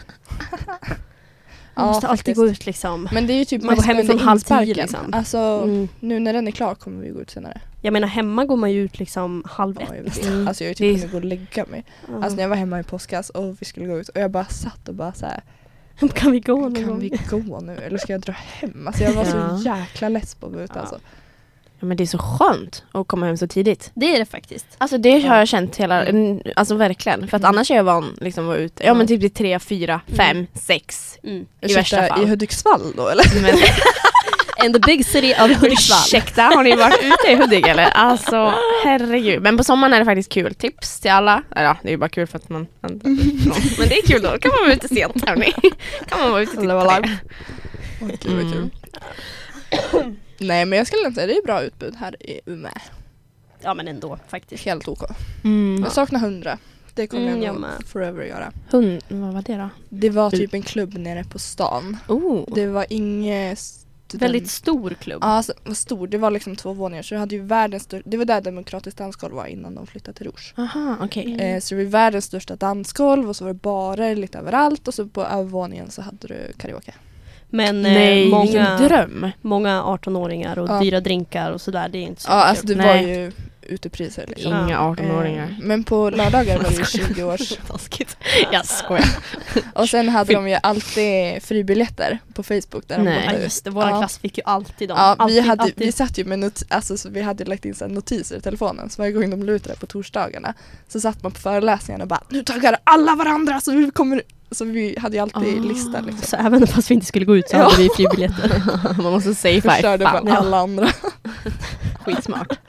Speaker 1: Ja,
Speaker 2: Man måste alltid
Speaker 1: faktiskt.
Speaker 2: gå ut liksom.
Speaker 1: Men det är ju typ
Speaker 2: Man går
Speaker 1: mest
Speaker 2: hemifrån
Speaker 1: under
Speaker 2: halv tio,
Speaker 1: insparken.
Speaker 2: liksom.
Speaker 1: Alltså,
Speaker 2: Mm.
Speaker 1: nu när den är klar kommer vi gå ut senare.
Speaker 2: Jag menar hemma går man ju ut liksom halv
Speaker 1: Ja, jag
Speaker 2: ett.
Speaker 1: vet.
Speaker 3: Mm.
Speaker 1: Alltså jag är
Speaker 3: Det är-
Speaker 1: typ kunde gå och lägga mig.
Speaker 2: Ja.
Speaker 1: Alltså när jag var hemma i påskas och vi skulle gå ut och jag bara satt och bara så här,
Speaker 2: Kan vi gå någon
Speaker 1: kan
Speaker 2: gång?
Speaker 1: vi gå nu eller ska jag dra hem? Alltså jag var
Speaker 3: Ja.
Speaker 1: så jäkla less på att vara ute
Speaker 2: Ja.
Speaker 1: alltså.
Speaker 3: Ja, men det är så skönt att komma hem så tidigt.
Speaker 2: Det är det faktiskt.
Speaker 3: Alltså det har jag känt hela, mm, alltså verkligen. För att
Speaker 1: Mm.
Speaker 3: annars är jag van liksom att vara ute. Ja men typ till tre, fyra, fem, sex.
Speaker 2: Mm.
Speaker 3: I värsta fall.
Speaker 1: I Hudiksvall då eller?
Speaker 3: Men
Speaker 2: In the big city of Hudiksvall.
Speaker 3: ursäkta, har ni varit ute i Hudik eller? Alltså herregud. Men på sommaren är det faktiskt kul. Tips till alla. Ja, det är ju bara kul för att man... Men det är kul då. Kan man vara ute sent hörni. Kan man vara ute till
Speaker 1: Eller vara
Speaker 3: tre.
Speaker 1: live. Åh gud vad
Speaker 3: Mm.
Speaker 1: kul. Nej men jag skulle inte säga det är bra utbud här i Umeå.
Speaker 2: Ja men ändå faktiskt.
Speaker 1: Helt OK.
Speaker 3: Mm.
Speaker 1: Jag saknar hundra. Det kommer
Speaker 2: Mm,
Speaker 1: jag
Speaker 2: jag
Speaker 1: nog
Speaker 2: med.
Speaker 1: forever göra.
Speaker 3: Hund, vad var det då?
Speaker 1: Det var typ en klubb nere på stan.
Speaker 3: Oh.
Speaker 1: Det var inget student...
Speaker 2: Väldigt stor klubb.
Speaker 1: Ja, alltså, det var stor. Det var liksom två våningar. Så det hade ju världens stör... Det var där Demokratiskt dansgolv var innan de flyttade till Rouge.
Speaker 3: Aha, okej.
Speaker 2: Mm.
Speaker 1: Eh, så det var världens största dansgolv och så var det barer lite överallt och så på övervåningen så hade du karaoke.
Speaker 2: Men eh,
Speaker 3: Nej,
Speaker 2: många,
Speaker 3: vilken dröm.
Speaker 2: många artonåringar och
Speaker 1: Ja.
Speaker 2: dyra drinkar och sådär. Det är inte så
Speaker 1: Ja,
Speaker 2: kul.
Speaker 1: alltså det
Speaker 3: Nej.
Speaker 1: var ju utepriser liksom.
Speaker 3: Inga
Speaker 2: Ja.
Speaker 3: arton-åringar.
Speaker 1: Eh, men på lördagar var det ju tjugo års.
Speaker 3: Taskigt. Jag skojar.
Speaker 1: Och sen hade de ju alltid fribiljetter på Facebook. Där de
Speaker 3: Nej.
Speaker 2: Ja,
Speaker 1: bodde.
Speaker 2: just det, våran
Speaker 1: Ja.
Speaker 2: klass fick ju alltid dem.
Speaker 1: Ja, vi,
Speaker 2: alltid,
Speaker 1: hade,
Speaker 2: alltid.
Speaker 1: vi satt ju med not- alltså, så vi hade lagt in så här notiser i telefonen. Så varje gång de lutade på torsdagarna så satt man på föreläsningarna och bara nu taggar alla varandra så vi kommer. Så vi hade ju alltid
Speaker 3: Ah.
Speaker 1: lista liksom.
Speaker 2: Så även fast vi inte skulle gå ut så
Speaker 1: Ja.
Speaker 2: hade vi fribiljetter.
Speaker 3: Man måste säga
Speaker 1: Förstörde
Speaker 3: fan.
Speaker 1: för alla andra.
Speaker 3: Skitsmart.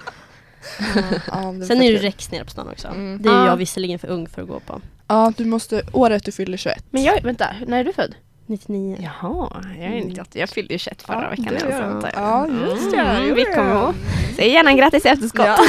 Speaker 1: Ja, det var
Speaker 2: Sen är det
Speaker 1: fett kul.
Speaker 2: Rex nere på stan också.
Speaker 1: Mm.
Speaker 2: Det är
Speaker 3: Ah.
Speaker 2: jag visserligen för ung för att gå på.
Speaker 1: Ja, du måste, året du fyller tjugoett.
Speaker 3: Men jag, vänta, när är du född?
Speaker 2: nittionio.
Speaker 3: Jaha, jag är nittioåtta. Jag fyllde ju tjugoett förra
Speaker 1: Ja,
Speaker 3: veckan.
Speaker 1: det
Speaker 3: alltså,
Speaker 1: gör jag.
Speaker 3: antar jag.
Speaker 1: Ja, just det.
Speaker 3: Mm,
Speaker 1: Jo,
Speaker 3: vi
Speaker 1: ja.
Speaker 3: kommer ihåg. Säg gärna grattis i efterskott.
Speaker 1: Ja.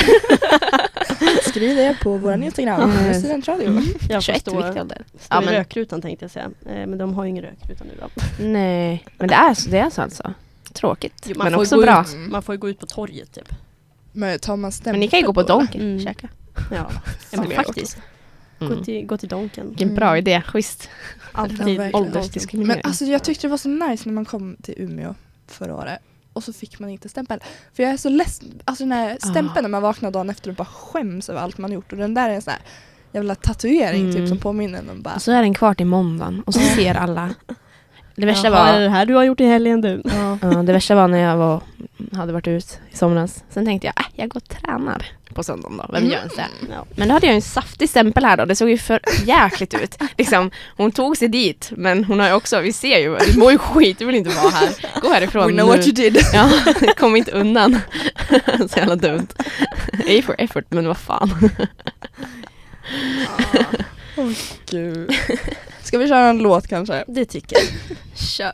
Speaker 1: Skriv det på vår Instagram.
Speaker 3: Mm.
Speaker 1: Studentradio.
Speaker 2: Jag
Speaker 3: tjugoett,
Speaker 2: förstår.
Speaker 3: viktig ålder.
Speaker 2: Står
Speaker 3: Ja,
Speaker 2: i
Speaker 3: men,
Speaker 2: rökrutan tänkte jag säga. Eh, Men de har ju ingen rökruta nu då.
Speaker 3: nej, men det är så, det är så alltså. Tråkigt,
Speaker 2: Jo, man
Speaker 3: men
Speaker 2: får
Speaker 3: också
Speaker 2: gå
Speaker 3: bra.
Speaker 2: Ut, man får ju gå ut på torget typ.
Speaker 1: Men tar man stämpel
Speaker 3: Men ni kan ju gå på
Speaker 1: då, eller?
Speaker 3: Donken,
Speaker 2: Mm.
Speaker 3: käka.
Speaker 2: Ja, ja
Speaker 1: Fan,
Speaker 2: men
Speaker 1: jag
Speaker 2: faktiskt.
Speaker 3: Mm.
Speaker 2: Gå, till, gå till Donken.
Speaker 3: Vilken bra idé, schysst.
Speaker 2: Alltid.
Speaker 1: Ja, verkligen.
Speaker 3: Åldersdiskriminering.
Speaker 1: Men alltså jag tyckte det var så nice när man kom till Umeå förra året. Och så fick man inte stämpel. För jag är så ledsen. Alltså den här stämpeln
Speaker 3: Ah.
Speaker 1: när man vaknar dagen efter och bara skäms över allt man gjort. Och den där är en sån här jävla tatuering
Speaker 3: Mm.
Speaker 1: typ som påminner en om bara.
Speaker 3: Och så är den kvar till måndagen och så ser alla. Det värsta
Speaker 2: Jaha, är
Speaker 3: var,
Speaker 2: det det här du har gjort i helgen du?
Speaker 1: Ja.
Speaker 3: ja, det värsta var när jag var, hade varit ut i somras. Sen tänkte jag, äh, jag går och tränar på söndagen då. Vem
Speaker 1: Mm.
Speaker 3: gör ens det?
Speaker 2: Ja.
Speaker 3: Men då hade jag en saftig stämpel här då. Det såg ju för jäkligt ut. Liksom, hon tog sig dit, men hon har ju också, vi ser ju, du mår ju skit, du vill inte vara här. Gå härifrån
Speaker 1: We know
Speaker 3: nu.
Speaker 1: what you did.
Speaker 3: Ja, kom inte undan. Så jävla dumt. A for effort, men vad fan.
Speaker 1: Åh gud. Ska vi köra en låt kanske?
Speaker 2: Det tycker jag.
Speaker 3: Kör.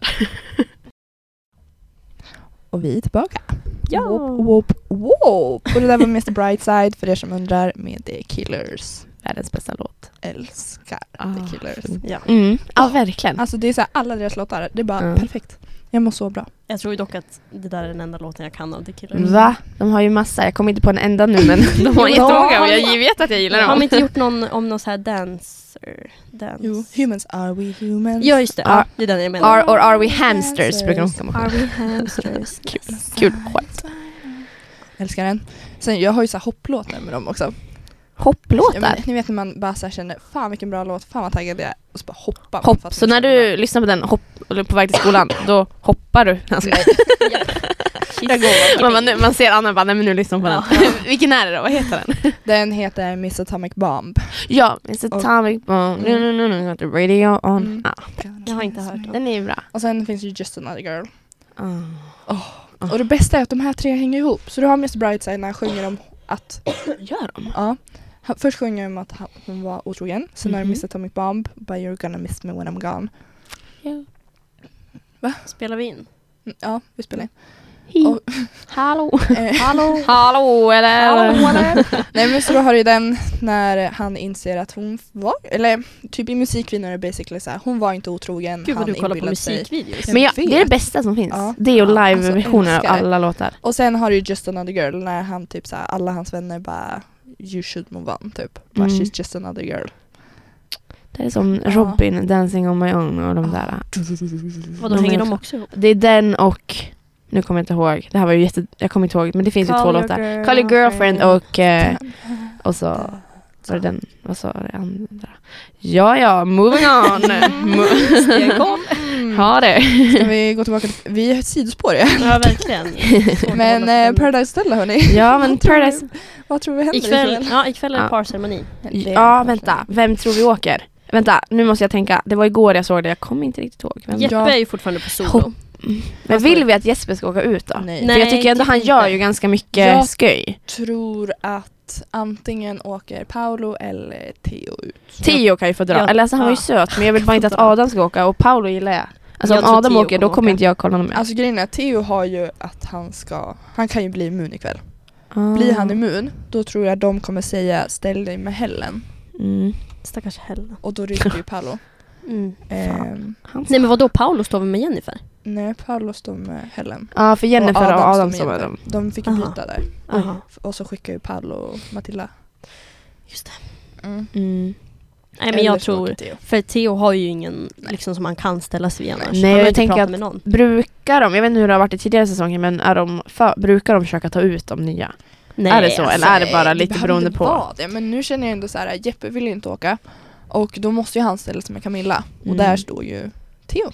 Speaker 1: Och vi är tillbaka.
Speaker 2: Ja.
Speaker 1: Whoop, whoop, whoop. Och det där var mister Brightside för er som undrar med The Killers.
Speaker 3: Världens bästa låt.
Speaker 1: Älskar
Speaker 3: Ah,
Speaker 1: The Killers.
Speaker 2: Ja.
Speaker 3: Mm. Ja, verkligen.
Speaker 1: Alltså det är så här, alla deras låtar, det är bara
Speaker 3: Mm.
Speaker 1: perfekt. Jag mår så bra.
Speaker 2: Jag tror ju dock att det där är den enda låten jag kan av The Killers.
Speaker 3: Va? De har ju massa, jag kommer inte på en enda nu, men de har
Speaker 2: Jo,
Speaker 3: jättemånga och
Speaker 2: har-
Speaker 3: jag vet att jag gillar
Speaker 2: Har de
Speaker 3: dem.
Speaker 2: inte gjort någon om någon så här dancer? Dance?
Speaker 1: Jo, humans are we humans.
Speaker 2: Ja just det,
Speaker 3: Ja.
Speaker 2: ja, det är den jag menar.
Speaker 3: Are, or are we hamsters? Brukar de komma
Speaker 2: Are
Speaker 3: ihåg.
Speaker 2: we hamsters?
Speaker 3: Kul. Kul skämt.
Speaker 1: Älskar den. Sen jag har ju så här hopplåtar med dem också. Ja,
Speaker 3: Hopplåtar?
Speaker 1: men, ni vet när man bara så här känner, fan vilken bra låt, fan vad taggad jag är. Och så bara hoppar man för
Speaker 3: Hopp.
Speaker 1: att
Speaker 3: Så
Speaker 1: det
Speaker 3: när
Speaker 1: är så bra.
Speaker 3: du lyssnar på den hopp, eller på väg till skolan, då hoppar du. Alltså,
Speaker 1: Jag går bara.
Speaker 3: man, man, man ser Anna bara, nej men nu lyssnar på den. Vilken är det då? Vad heter den?
Speaker 1: Den heter Miss Atomic Bomb.
Speaker 3: Ja, Miss Atomic Bomb.
Speaker 1: Mm.
Speaker 3: No, no, no, no, got the radio on.
Speaker 1: Mm.
Speaker 3: Ah,
Speaker 2: Jag har inte hört den.
Speaker 3: den är ju bra.
Speaker 1: Och sen finns ju Just Another Girl.
Speaker 3: Oh.
Speaker 1: Oh. Och det bästa är att de här tre hänger ihop. Så du har mister Brightside när han sjunger om att...
Speaker 3: Gör de?
Speaker 1: Ja. Han, först sjunger han om att han, hon var otrogen. Sen
Speaker 2: Mhm.
Speaker 1: är det Miss Atomic Bomb. But you're gonna miss me when I'm gone.
Speaker 3: Ja.
Speaker 1: Va?
Speaker 2: Spelar vi in?
Speaker 1: Mm, ja, vi spelar in.
Speaker 3: Hi.
Speaker 1: Och,
Speaker 3: Hallå.
Speaker 1: eh,
Speaker 2: Hallå?
Speaker 3: Hallå eller?
Speaker 1: Hallå, eller? Nej, men så då har du den när han inser att hon var, eller typ i musikvideon är det basically så här, hon var inte otrogen.
Speaker 2: Gud vad
Speaker 1: han
Speaker 2: du kollar på
Speaker 1: inbillade sig.
Speaker 2: musikvideos.
Speaker 3: Men jag,
Speaker 1: vet.
Speaker 3: det är det bästa som finns.
Speaker 1: Ja.
Speaker 3: Det är ju
Speaker 1: Ja,
Speaker 3: live-versioner
Speaker 1: alltså,
Speaker 3: av
Speaker 1: älskar det.
Speaker 3: alla låtar.
Speaker 1: Och sen har du ju Just Another Girl när han typ så här, alla hans vänner bara you should move on typ. Bara,
Speaker 3: Mm.
Speaker 1: she's just another girl.
Speaker 3: Det är som
Speaker 1: Ja.
Speaker 3: Robin, Dancing on my own och de där.
Speaker 2: Och då
Speaker 3: De
Speaker 2: hänger
Speaker 3: är
Speaker 2: de
Speaker 3: också-
Speaker 2: också ihop.
Speaker 3: Det är den och, nu kommer jag inte ihåg, det här var ju jätte, jag kommer inte ihåg, men det finns ju
Speaker 2: Call
Speaker 3: två
Speaker 2: your
Speaker 3: låtar. Call your girlfriend och, eh, och så var det den, vad sa det andra? Ja, ja, moving on. Mo- ha det.
Speaker 1: Ska vi gå tillbaka till, vi är ett sidospår ja.
Speaker 2: Ja, verkligen. Svårt att
Speaker 1: Men
Speaker 2: hålla
Speaker 1: eh,
Speaker 2: sig.
Speaker 1: Paradise Stella hörni.
Speaker 3: Ja, men
Speaker 1: Vad tror
Speaker 3: Paradise.
Speaker 1: vi- Vad tror vi händer
Speaker 2: Ikväll,
Speaker 1: ikväll?
Speaker 2: ja, ikväll är det
Speaker 3: Ja.
Speaker 2: parceremoni.
Speaker 3: Ja, vänta. Vem tror vi åker? Vänta, nu måste jag tänka. Det var igår jag såg det. Jag kommer inte riktigt ihåg. Vem?
Speaker 2: Jeppe
Speaker 1: Ja.
Speaker 2: är ju fortfarande på solo.
Speaker 3: Hopp. Men vill vi att Jesper ska åka ut då?
Speaker 1: Nej.
Speaker 3: För
Speaker 2: Nej,
Speaker 3: jag tycker ändå
Speaker 2: typ
Speaker 3: han
Speaker 2: inte.
Speaker 3: gör ju ganska mycket
Speaker 1: Jag-
Speaker 3: sköj.
Speaker 1: Tror att antingen åker Paolo eller Theo ut.
Speaker 3: Theo kan ju få dra.
Speaker 2: Ja.
Speaker 3: Eller alltså, han var ju
Speaker 2: Ja.
Speaker 3: söt. Men jag vill bara inte att Adam ska åka. Och Paolo gillar jag. Alltså
Speaker 2: Jag
Speaker 3: om
Speaker 2: tror
Speaker 3: Adam
Speaker 2: Theo
Speaker 3: åker, då
Speaker 2: kommer
Speaker 3: kommer
Speaker 2: åka.
Speaker 3: inte jag kolla honom med.
Speaker 1: Alltså grejen är att Theo har ju att han ska, han kan ju bli immun ikväll.
Speaker 3: Ah.
Speaker 1: Blir han immun, då tror jag de kommer säga ställ dig med Helen.
Speaker 3: Mm.
Speaker 2: Stackars Helen.
Speaker 1: Och då ryker ju Paolo.
Speaker 2: Mm.
Speaker 1: Ehm,
Speaker 3: Han
Speaker 2: Nej men vadå, Paolo står väl med Jennifer?
Speaker 1: nej, Paolo står med Hellen.
Speaker 3: Ja, för Jennifer och
Speaker 1: står
Speaker 3: Adam
Speaker 1: med
Speaker 3: så var
Speaker 1: Jennifer.
Speaker 3: de.
Speaker 1: De fick ju
Speaker 2: Aha.
Speaker 1: byta där.
Speaker 2: Aha.
Speaker 1: Och så skickar ju Paolo och Matilda.
Speaker 2: Just det.
Speaker 1: Mm.
Speaker 3: Mm.
Speaker 2: Nej men
Speaker 1: Eller
Speaker 2: jag
Speaker 1: så
Speaker 2: tror,
Speaker 1: åker Theo.
Speaker 2: för Theo har ju ingen liksom som han kan ställa sig vid annars.
Speaker 3: Nej,
Speaker 2: han har
Speaker 3: jag
Speaker 2: inte
Speaker 3: tänker
Speaker 2: pratat
Speaker 3: att-
Speaker 2: med någon.
Speaker 3: Brukar de, jag vet inte hur det har varit i tidigare säsonger, men är de för, brukar de försöka ta ut de nya?
Speaker 2: Nej,
Speaker 3: är det så? Eller är det bara
Speaker 1: Nej,
Speaker 3: lite
Speaker 1: behöver
Speaker 3: beroende
Speaker 1: inte
Speaker 3: på?
Speaker 1: vara Det. Men nu känner jag ändå så här, Jeppe vill inte åka. Och då måste ju han ställa sig med Camilla. Och
Speaker 3: Mm.
Speaker 1: där står ju Theo.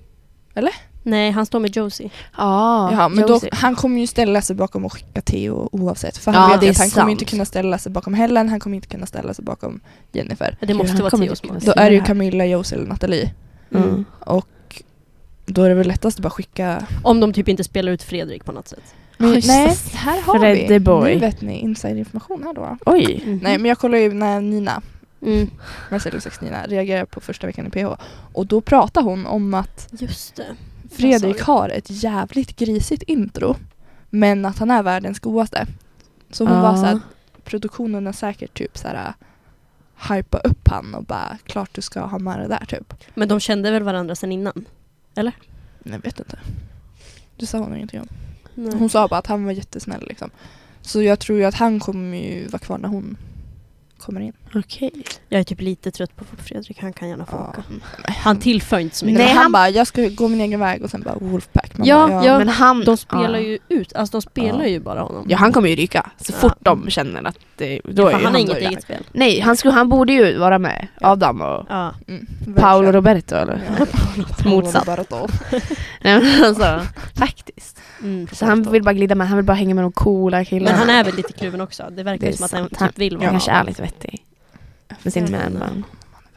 Speaker 2: Nej, han står med Josie.
Speaker 3: Ja,
Speaker 1: Ja, men då,
Speaker 3: Josie.
Speaker 1: han kommer ju ställa sig bakom och skicka Theo oavsett. För
Speaker 3: Ja,
Speaker 1: han vet
Speaker 3: det
Speaker 1: ju
Speaker 3: är
Speaker 1: att han kommer
Speaker 3: sant.
Speaker 1: inte kunna ställa sig bakom Helen. Han kommer inte kunna ställa sig bakom Jennifer.
Speaker 2: Det måste
Speaker 3: han
Speaker 2: vara
Speaker 3: kommer
Speaker 2: Theo
Speaker 3: inte
Speaker 2: som
Speaker 3: kunna
Speaker 2: har
Speaker 1: Då
Speaker 3: se
Speaker 1: är det ju
Speaker 3: här.
Speaker 1: Camilla, Josie eller Nathalie.
Speaker 3: Mm.
Speaker 1: Och då är det väl lättast att bara skicka...
Speaker 2: Om de typ inte spelar ut Fredrik på något sätt.
Speaker 1: Men,
Speaker 3: Just
Speaker 1: nej,
Speaker 3: det.
Speaker 1: här har
Speaker 3: Freddy
Speaker 1: vi.
Speaker 3: boy.
Speaker 1: Nu vet ni inside-information här då.
Speaker 3: Oj.
Speaker 2: Mhm.
Speaker 1: Nej, men jag kollar ju när Nina,
Speaker 2: Mm.
Speaker 1: Marcelo sex Nina, reagerar på första veckan i P H. Och då pratar hon om att
Speaker 2: Just det.
Speaker 1: Fredrik
Speaker 2: Jag sa
Speaker 1: har ett jävligt grisigt intro. Men att han är världens godaste. Så hon var så här, produktionen är säkert typ så här hypa upp han och bara klart du ska ha med det där typ.
Speaker 2: Men de kände väl varandra sen innan?
Speaker 1: Nej, jag vet inte. Det sa hon nog ingenting om.
Speaker 2: Nej.
Speaker 1: Hon sa bara att han var jättesnäll liksom. Så jag tror ju att han kommer ju vara kvar när hon kommer in.
Speaker 3: Okej.
Speaker 2: Jag är typ lite trött på Fredrik, han kan gärna få
Speaker 1: Ja.
Speaker 2: åka. Han tillför inte så mycket.
Speaker 1: Nej,
Speaker 3: Nej,
Speaker 1: han,
Speaker 3: han-
Speaker 1: bara, jag ska gå min egen väg och sen bara Wolfpack. Man
Speaker 2: Ja,
Speaker 1: bara,
Speaker 2: ja.
Speaker 3: Men han...
Speaker 2: De spelar
Speaker 3: ja.
Speaker 2: ju ut, alltså de spelar
Speaker 1: Ja.
Speaker 2: ju bara honom.
Speaker 3: Ja, han kommer ju ryka. Så
Speaker 2: Ja.
Speaker 3: fort de känner att det... Då
Speaker 2: Ja,
Speaker 3: är
Speaker 2: för
Speaker 3: ju
Speaker 2: han har
Speaker 3: han
Speaker 2: inget
Speaker 3: då
Speaker 2: eget
Speaker 3: där.
Speaker 2: spel.
Speaker 3: Nej, han, skulle, han borde ju vara med.
Speaker 1: Ja.
Speaker 3: Adam och
Speaker 2: Ja.
Speaker 1: Mm,
Speaker 3: Paolo
Speaker 1: verkligen.
Speaker 3: Roberto, eller?
Speaker 1: Ja.
Speaker 3: Motsatt.
Speaker 1: Paolo Roberto.
Speaker 3: Nej, men alltså, faktiskt.
Speaker 2: Mm.
Speaker 3: Så han vill bara glida med. Han vill bara hänga med de coola killarna.
Speaker 2: Men han är väl lite kluven också. Det verkar
Speaker 3: Det är
Speaker 2: som att han
Speaker 3: sant.
Speaker 2: typ
Speaker 3: Han-
Speaker 2: vill
Speaker 3: Han
Speaker 2: vara
Speaker 3: kanske
Speaker 2: med.
Speaker 3: är lite vettig. Med sin
Speaker 2: Jag vet
Speaker 3: man.
Speaker 2: inte.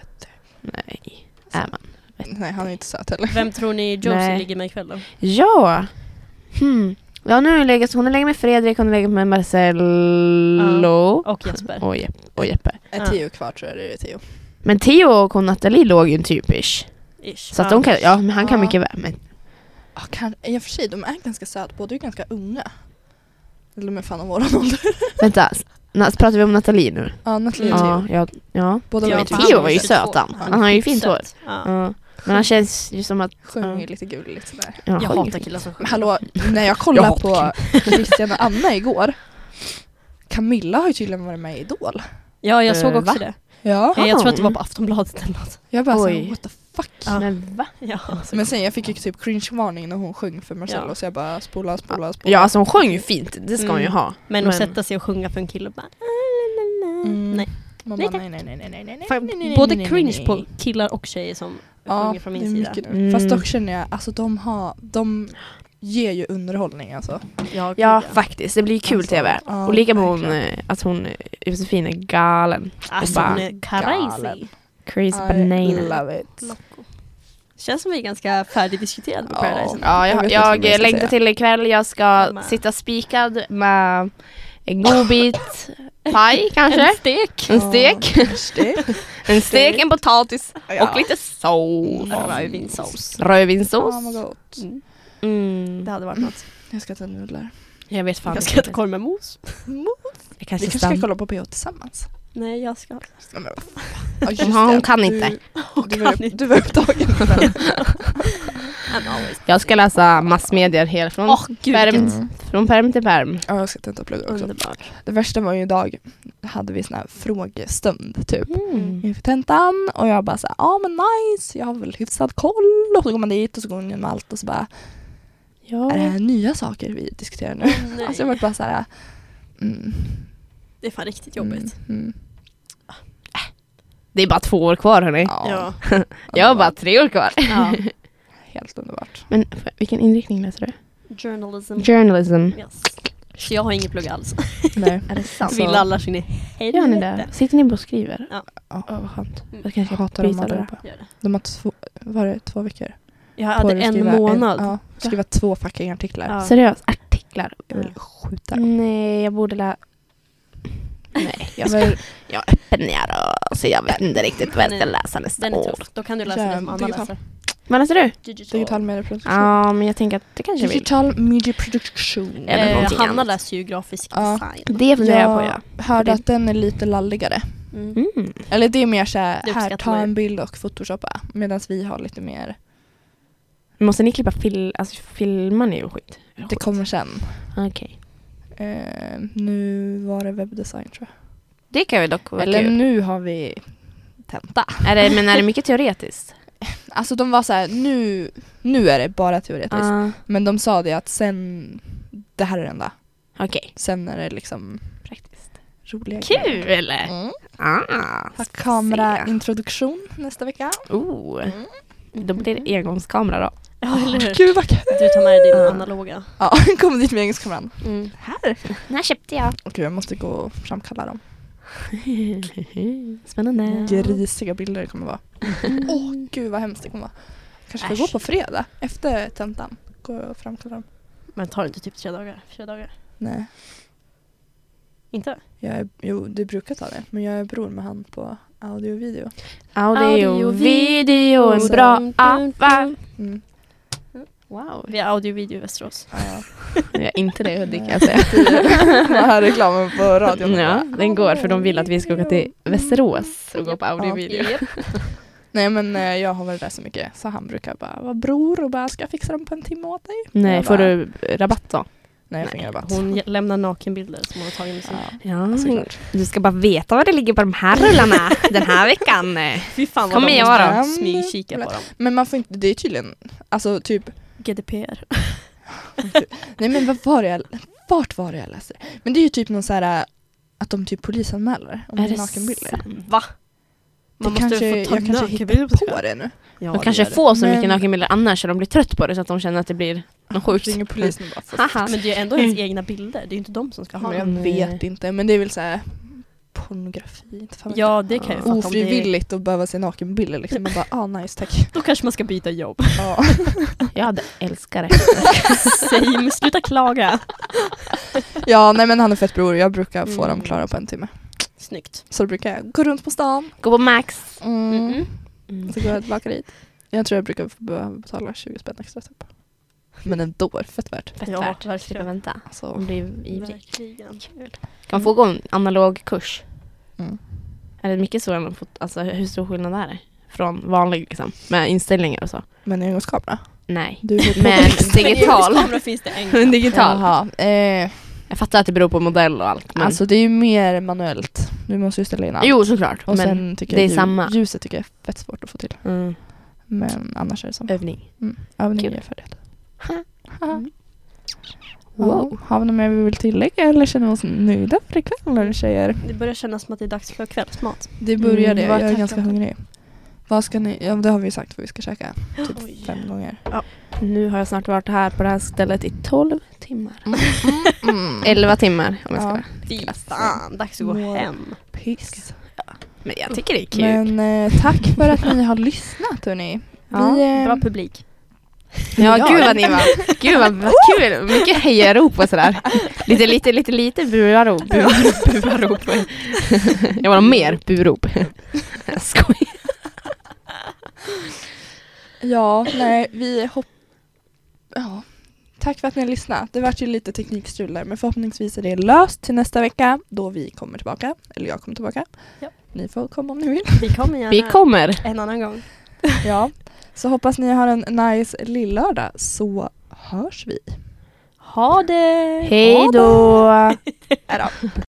Speaker 3: Nej, är man.
Speaker 1: Nej, han är inte söt heller.
Speaker 2: Vem tror ni Josie
Speaker 3: Nej.
Speaker 2: ligger med ikväll då?
Speaker 3: Ja. Hmm. Ja, nu har hon legat, hon har legat med Fredrik, hon har legat med Marcello.
Speaker 2: Och Jesper.
Speaker 3: Och, Jeppe, och Jeppe.
Speaker 1: Är
Speaker 2: Ja.
Speaker 1: Theo kvar tror jag det är Theo.
Speaker 3: Men Theo och hon Nathalie låg ju en typish.
Speaker 2: Ish.
Speaker 3: Så att de kan, ja, men han kan
Speaker 1: Ja.
Speaker 3: mycket väl. Men
Speaker 1: Ja, kan, i och för sig, de är ganska söta. Båda är ganska unga. Eller de är fan av våran ålder.
Speaker 3: vänta, na, pratar vi om Nathalie nu?
Speaker 1: Ja, Nathalie och
Speaker 3: Ja,
Speaker 1: Theo.
Speaker 3: ja, ja.
Speaker 1: Båda
Speaker 2: Ja,
Speaker 1: var
Speaker 2: för
Speaker 1: ju
Speaker 2: han
Speaker 3: Theo
Speaker 2: är
Speaker 3: var ju
Speaker 2: tjugotvå.
Speaker 3: söt han.
Speaker 1: Han
Speaker 3: Han har ju fint hår.
Speaker 2: Söt. Ja.
Speaker 3: Ja. Men han känns ju som att...
Speaker 1: Sjunger
Speaker 3: Ja.
Speaker 1: lite gulligt sådär.
Speaker 3: Ja,
Speaker 2: Jag
Speaker 3: sjunger
Speaker 2: hatar
Speaker 3: fint.
Speaker 2: killar som
Speaker 1: Men
Speaker 2: sjunger.
Speaker 1: hallå, när jag kollade
Speaker 3: Jag
Speaker 1: på Christian och Anna igår. Camilla har ju tydligen varit med i Idol.
Speaker 2: Ja, jag
Speaker 3: Eh,
Speaker 2: såg också
Speaker 3: va?
Speaker 2: det.
Speaker 1: Ja.
Speaker 2: Eh, Jag tror att det var på Aftonbladet eller något.
Speaker 1: Jag bara
Speaker 3: Oj.
Speaker 1: såhär, what the fuck?
Speaker 2: Ja.
Speaker 3: Men va?
Speaker 2: Ja.
Speaker 1: Men sen jag fick ju typ cringe-varning när hon sjöng för Marcello.
Speaker 2: Ja.
Speaker 1: Så jag bara spola, spola, spola.
Speaker 3: Ja, alltså hon sjöng ju fint. Det ska hon ju
Speaker 2: Mm.
Speaker 3: ha.
Speaker 2: Men att sätta sig och sjunga för en kille och bara...
Speaker 1: Mm.
Speaker 2: Nej.
Speaker 1: Man
Speaker 2: Nej,
Speaker 1: bara,
Speaker 2: tack.
Speaker 1: nej, nej, nej, nej, nej, nej,
Speaker 2: Fan,
Speaker 1: nej, nej,
Speaker 2: både
Speaker 1: nej,
Speaker 2: cringe
Speaker 1: nej,
Speaker 2: på
Speaker 1: nej.
Speaker 2: killar och tjejer som
Speaker 1: Ja,
Speaker 2: sjunger från
Speaker 1: det
Speaker 2: min
Speaker 1: är
Speaker 2: sida.
Speaker 1: mycket nu.
Speaker 3: Mm.
Speaker 1: Fast dock känner jag, alltså de har, de, ger ju underhållning alltså.
Speaker 2: Ja,
Speaker 3: Ja,
Speaker 2: gud,
Speaker 3: faktiskt. Det blir kul
Speaker 1: Alltså,
Speaker 3: tv.
Speaker 1: ja,
Speaker 3: och lika med hon,
Speaker 1: verkligen.
Speaker 3: eh, att hon, eh, Josefin är galen.
Speaker 2: Alltså
Speaker 3: bara
Speaker 2: hon är crazy.
Speaker 1: galen.
Speaker 3: Crazy
Speaker 1: I
Speaker 3: banana.
Speaker 1: love it.
Speaker 2: Loco. Känns som vi är ganska färdigdiskuterade på
Speaker 1: Ja.
Speaker 2: Paradise.
Speaker 3: Ja,
Speaker 1: Jag
Speaker 3: jag,
Speaker 1: vet inte
Speaker 3: jag,
Speaker 1: vad jag ska
Speaker 3: längtar
Speaker 1: säga.
Speaker 3: till ikväll. Jag ska
Speaker 2: Mamma.
Speaker 3: sitta spikad med en godbit paj kanske.
Speaker 2: En stek.
Speaker 3: En stek.
Speaker 1: Ja, en stek.
Speaker 3: En stek, en potatis
Speaker 1: Ja.
Speaker 3: och lite sås.
Speaker 2: Rödvinssås.
Speaker 3: Rödvinssås.
Speaker 1: Ja, vad gott.
Speaker 2: Mm.
Speaker 3: Mm.
Speaker 2: Det hade varit något.
Speaker 1: Jag ska ta nudlar.
Speaker 3: Jag vet fan
Speaker 2: Jag
Speaker 3: inte.
Speaker 2: ska äta korv med mos.
Speaker 3: Jag kanske
Speaker 1: Vi kanske
Speaker 3: stannar.
Speaker 1: ska kolla på P H tillsammans.
Speaker 2: Nej, jag ska.
Speaker 1: Ja, men vad fan. Ja, just
Speaker 3: Ja, hon
Speaker 1: det.
Speaker 3: kan
Speaker 1: Du-
Speaker 3: inte.
Speaker 1: Du var, du var upptagen.
Speaker 2: I'm always.
Speaker 3: Jag ska läsa massmedier helt från,
Speaker 2: Åh, gud,
Speaker 3: perm,
Speaker 2: vilket
Speaker 1: Mm.
Speaker 3: från perm till perm.
Speaker 1: Ja, jag ska tenta och plugga också.
Speaker 2: underbart.
Speaker 1: Det värsta var ju idag, hade vi sån här frågestund typ.
Speaker 3: Mm.
Speaker 1: Inför tentan och jag bara såhär, ja men nice, jag har väl hyfsad koll. Och så går man dit och så går man igenom allt och så bara,
Speaker 3: Ja.
Speaker 1: är det här nya saker vi diskuterar nu?
Speaker 2: Nej.
Speaker 1: Alltså jag var bara såhär, mm,
Speaker 2: Det är fan riktigt jobbigt.
Speaker 1: Mm, mm.
Speaker 3: Det är bara två år kvar hörni.
Speaker 1: Ja,
Speaker 2: Ja.
Speaker 3: Jag har bara tre år kvar.
Speaker 2: ja.
Speaker 1: helt underbart.
Speaker 3: Men vilken inriktning läser du?
Speaker 2: Journalism.
Speaker 3: Journalism.
Speaker 2: Yes. Så jag har inget plugg alls.
Speaker 1: Nej.
Speaker 3: Är det sant?
Speaker 2: Vill alla sin
Speaker 3: Gör ni det? Sitter ni bara och skriver?
Speaker 2: Ja.
Speaker 1: Ja.
Speaker 3: Åh, vad skönt.
Speaker 2: Mm.
Speaker 3: Jag kanske
Speaker 1: Jag hatar dem
Speaker 3: byta det.
Speaker 1: allihopa.
Speaker 2: Gör det.
Speaker 1: De har två, var det två veckor?
Speaker 2: Jag
Speaker 1: på
Speaker 2: hade
Speaker 1: att
Speaker 2: en
Speaker 1: skriva
Speaker 2: månad.
Speaker 1: En, ja, skriva två fucking artiklar.
Speaker 2: Ja.
Speaker 3: Seriöst? Artiklar?
Speaker 1: Jag vill skjuta.
Speaker 3: Nej, jag borde lä... Nej, jag ska...
Speaker 1: Men-
Speaker 3: Jag är öppen då, så jag vet inte riktigt vad jag ska
Speaker 2: Nej.
Speaker 3: läsa nästa
Speaker 2: Den är
Speaker 3: år.
Speaker 2: tuff. Då kan du läsa
Speaker 1: Ja,
Speaker 2: det som Anna
Speaker 1: digital.
Speaker 2: läser.
Speaker 3: Vad läser du?
Speaker 1: Digital medieproduktion.
Speaker 3: Ja, men jag tänker att det kanske jag vill.
Speaker 1: Digital medieproduktion.
Speaker 3: Eller
Speaker 2: Eh,
Speaker 3: någonting
Speaker 2: Hanna
Speaker 3: annat.
Speaker 2: läser ju grafisk
Speaker 1: Ja.
Speaker 2: design.
Speaker 3: Det funderar jag på,
Speaker 1: Jag
Speaker 3: ja.
Speaker 1: hörde
Speaker 3: det-
Speaker 1: att den är lite lalligare.
Speaker 2: Mm.
Speaker 3: Mm.
Speaker 1: Eller det är mer såhär,
Speaker 2: Det
Speaker 1: här
Speaker 2: uppskattar
Speaker 1: ta
Speaker 2: man ju.
Speaker 1: en bild och photoshoppa. Medan vi har lite mer,
Speaker 3: Måste ni klippa fil... Alltså filmar ni och skit?
Speaker 1: det kommer sen.
Speaker 3: Okej.
Speaker 1: Eh, nu var det webbdesign tror jag.
Speaker 3: Det kan ju dock vara
Speaker 1: Eller
Speaker 3: kul.
Speaker 1: nu har vi tenta.
Speaker 3: Är det, men är det mycket teoretiskt?
Speaker 1: Alltså de var så här, nu, nu är det bara teoretiskt.
Speaker 3: Ah,
Speaker 1: Men de sa det att sen, det här är det enda.
Speaker 3: Okej.
Speaker 1: Sen är det liksom
Speaker 3: Praktiskt.
Speaker 1: roliga grejer.
Speaker 3: Kul!
Speaker 1: Mm.
Speaker 3: Ah,
Speaker 1: Ha
Speaker 3: se.
Speaker 1: kameraintroduktion nästa vecka.
Speaker 3: Oh.
Speaker 1: Mm.
Speaker 3: Då blir det engångskamera då.
Speaker 2: Ja, eller hur?
Speaker 1: Gud vad kul!
Speaker 2: Du tar med dig din
Speaker 3: Ja.
Speaker 2: analoga.
Speaker 1: Ja, kom dit med engångskameran.
Speaker 2: Mm.
Speaker 1: Här!
Speaker 3: Den här köpte jag.
Speaker 1: Okej, jag måste gå och framkalla dem.
Speaker 3: Spännande.
Speaker 1: Grisiga bilder det kommer vara. Åh, gud vad hemskt det kommer vara. Kanske får
Speaker 2: Äsch.
Speaker 1: gå på fredag efter tentan. Gå och framkalla dem.
Speaker 2: Men tar det inte typ tre dagar? Fyra dagar?
Speaker 1: Nej,
Speaker 2: Inte?
Speaker 1: jag är, jo det brukar ta det. Men jag är bror med han på audio och video.
Speaker 3: Audio, video, en bra app.
Speaker 1: Mm.
Speaker 3: Wow.
Speaker 2: Vi har audio och video i Västerås.
Speaker 1: Ja.
Speaker 3: Jag är inte det, det kan jag
Speaker 1: Nej.
Speaker 3: säga.
Speaker 1: Den här reklamen på radion.
Speaker 3: Ja, den går för de vill att vi ska åka till Västerås och gå på audio och video.
Speaker 2: Japp.
Speaker 1: Nej men eh, jag har väl det så mycket. Så han brukar bara vara bror och bara ska jag fixa dem på en timme åt dig.
Speaker 3: Nej,
Speaker 1: Jag
Speaker 3: får
Speaker 1: bara,
Speaker 3: du rabatt då?
Speaker 1: Nej jag får ingen rabatt.
Speaker 2: Hon ge- lämnar nakenbilder som hon har tagit med sig.
Speaker 1: Ja,
Speaker 3: Ja,
Speaker 1: såklart.
Speaker 3: du ska bara veta vad det ligger på de här rullarna den här veckan.
Speaker 2: Fy fan
Speaker 3: Kom
Speaker 2: vad de
Speaker 3: med,
Speaker 2: måste
Speaker 1: vadå?
Speaker 2: smygkika på dem.
Speaker 1: Men man får inte, det är tydligen, alltså typ,
Speaker 2: G D P R.
Speaker 1: nej men vad var det jag, vart var det jag läste? Men det är ju typ någon så här att de typ polisanmäler om
Speaker 3: Är
Speaker 1: det är
Speaker 3: det
Speaker 1: nakenbilder.
Speaker 3: sant?
Speaker 2: Va?
Speaker 1: Det
Speaker 2: Man måste
Speaker 1: kanske,
Speaker 2: få ta
Speaker 1: jag kanske
Speaker 2: nakenbilder
Speaker 1: hittar
Speaker 2: sig
Speaker 1: på
Speaker 2: själv.
Speaker 1: det nu.
Speaker 2: Ja,
Speaker 3: De
Speaker 2: det
Speaker 3: kanske
Speaker 2: gör det.
Speaker 3: får så
Speaker 1: Men-
Speaker 3: mycket nakenbilder annars så de blir trött på det så att de känner att det blir något sjukt.
Speaker 1: Ringer polisen och bara,
Speaker 3: Haha.
Speaker 2: Men det är ändå ens egna bilder. Det är ju inte de som ska ha
Speaker 1: men jag
Speaker 2: dem.
Speaker 3: Nej.
Speaker 1: vet inte, men det är väl så här pornografi. Inte fan vet
Speaker 2: Ja, det kan jag fatta. om det är-
Speaker 1: ofrivilligt att behöva se nakenbilder liksom. Man bara, ah nice tack.
Speaker 2: Då kanske man ska byta jobb.
Speaker 1: Ja.
Speaker 3: Jag hade älskat det.
Speaker 2: Säg, sluta klaga.
Speaker 1: ja, nej men han är fett bror. Jag brukar få
Speaker 2: Mm.
Speaker 1: dem klara på en timme.
Speaker 2: Snyggt.
Speaker 1: Så då brukar jag gå runt på stan.
Speaker 3: Gå på Max.
Speaker 1: Mm.
Speaker 2: Mm-mm.
Speaker 3: Mm.
Speaker 1: Så går jag tillbaka dit. Jag tror jag brukar behöva betala tjugo spänn extra typ. Men ändå, fett värt.
Speaker 3: Fett
Speaker 2: Ja,
Speaker 3: värt.
Speaker 2: verkligen.
Speaker 3: Slippa vänta.
Speaker 1: Alltså,
Speaker 3: Om det är ivrig.
Speaker 2: Verkligen.
Speaker 3: Kan man få gå en analog kurs?
Speaker 1: Mm.
Speaker 3: Är det mycket så? Man fått, alltså, hur stor skillnad är det? Från vanlig liksom, med inställningar och så?
Speaker 1: men engångskamera.
Speaker 3: Nej.
Speaker 1: Du vill
Speaker 3: Men digital.
Speaker 2: Men finns det en
Speaker 3: Men digital.
Speaker 1: Jaha. Eh,
Speaker 3: Jag fattar att det beror på modell och allt. Men...
Speaker 1: alltså det är ju mer manuellt. Du måste ju ställa in allt.
Speaker 3: jo, såklart.
Speaker 1: Och
Speaker 3: men
Speaker 1: sen tycker
Speaker 3: det
Speaker 1: jag
Speaker 3: är
Speaker 1: ljus-
Speaker 3: samma.
Speaker 1: ljuset tycker jag är fett svårt att få till.
Speaker 3: mm,
Speaker 1: Men annars är det samma.
Speaker 3: övning.
Speaker 1: Mm. Övning
Speaker 3: Kul.
Speaker 1: är färdigt.
Speaker 3: Mm.
Speaker 1: Wow.
Speaker 3: Wow.
Speaker 1: Har vi något mer vi vill tillägga eller känner vi oss nöjda för ikväll eller tjejer?
Speaker 2: Det börjar kännas som att det är dags för kvällsmat.
Speaker 1: Det börjar
Speaker 3: Mm,
Speaker 1: det.
Speaker 2: vad
Speaker 1: Jag är
Speaker 2: tack
Speaker 1: ganska
Speaker 2: klockan.
Speaker 1: hungrig. Vad ska ni, ja det har vi sagt vad vi ska käka. Typ
Speaker 2: Oj.
Speaker 1: fem gånger.
Speaker 3: Nu har jag snart varit här på det här stället i tolv timmar.
Speaker 1: Mm. Mm.
Speaker 3: elva timmar om jag ska
Speaker 1: Ja.
Speaker 3: vara.
Speaker 2: Fy fan, dags att gå
Speaker 1: Må-
Speaker 2: hem.
Speaker 1: Piss.
Speaker 3: Men jag tycker det är kul.
Speaker 1: Men eh, tack för att ni har lyssnat hörni.
Speaker 2: Ja,
Speaker 1: Vi, eh,
Speaker 2: bra publik.
Speaker 3: Ja,
Speaker 1: Ja.
Speaker 3: gud vad ni var. Gud vad, vad kul. Mycket hejarop och sådär. Lite, lite, lite, lite burarop. Burarop, burarop. Jag var nog mer burop. Jag skojar.
Speaker 1: Ja, nej, vi hopp... Ja. Tack för att ni har lyssnat. Det var ju lite teknikstrul där, men förhoppningsvis är det löst till nästa vecka då vi kommer tillbaka. Eller jag kommer tillbaka.
Speaker 2: Ja.
Speaker 1: Ni får komma om ni vill.
Speaker 2: Vi kommer gärna
Speaker 3: Vi kommer.
Speaker 2: en annan gång.
Speaker 1: Ja. Så hoppas ni har en nice lillördag så hörs vi.
Speaker 2: Ha det!
Speaker 3: Hej då.
Speaker 1: Hejdå.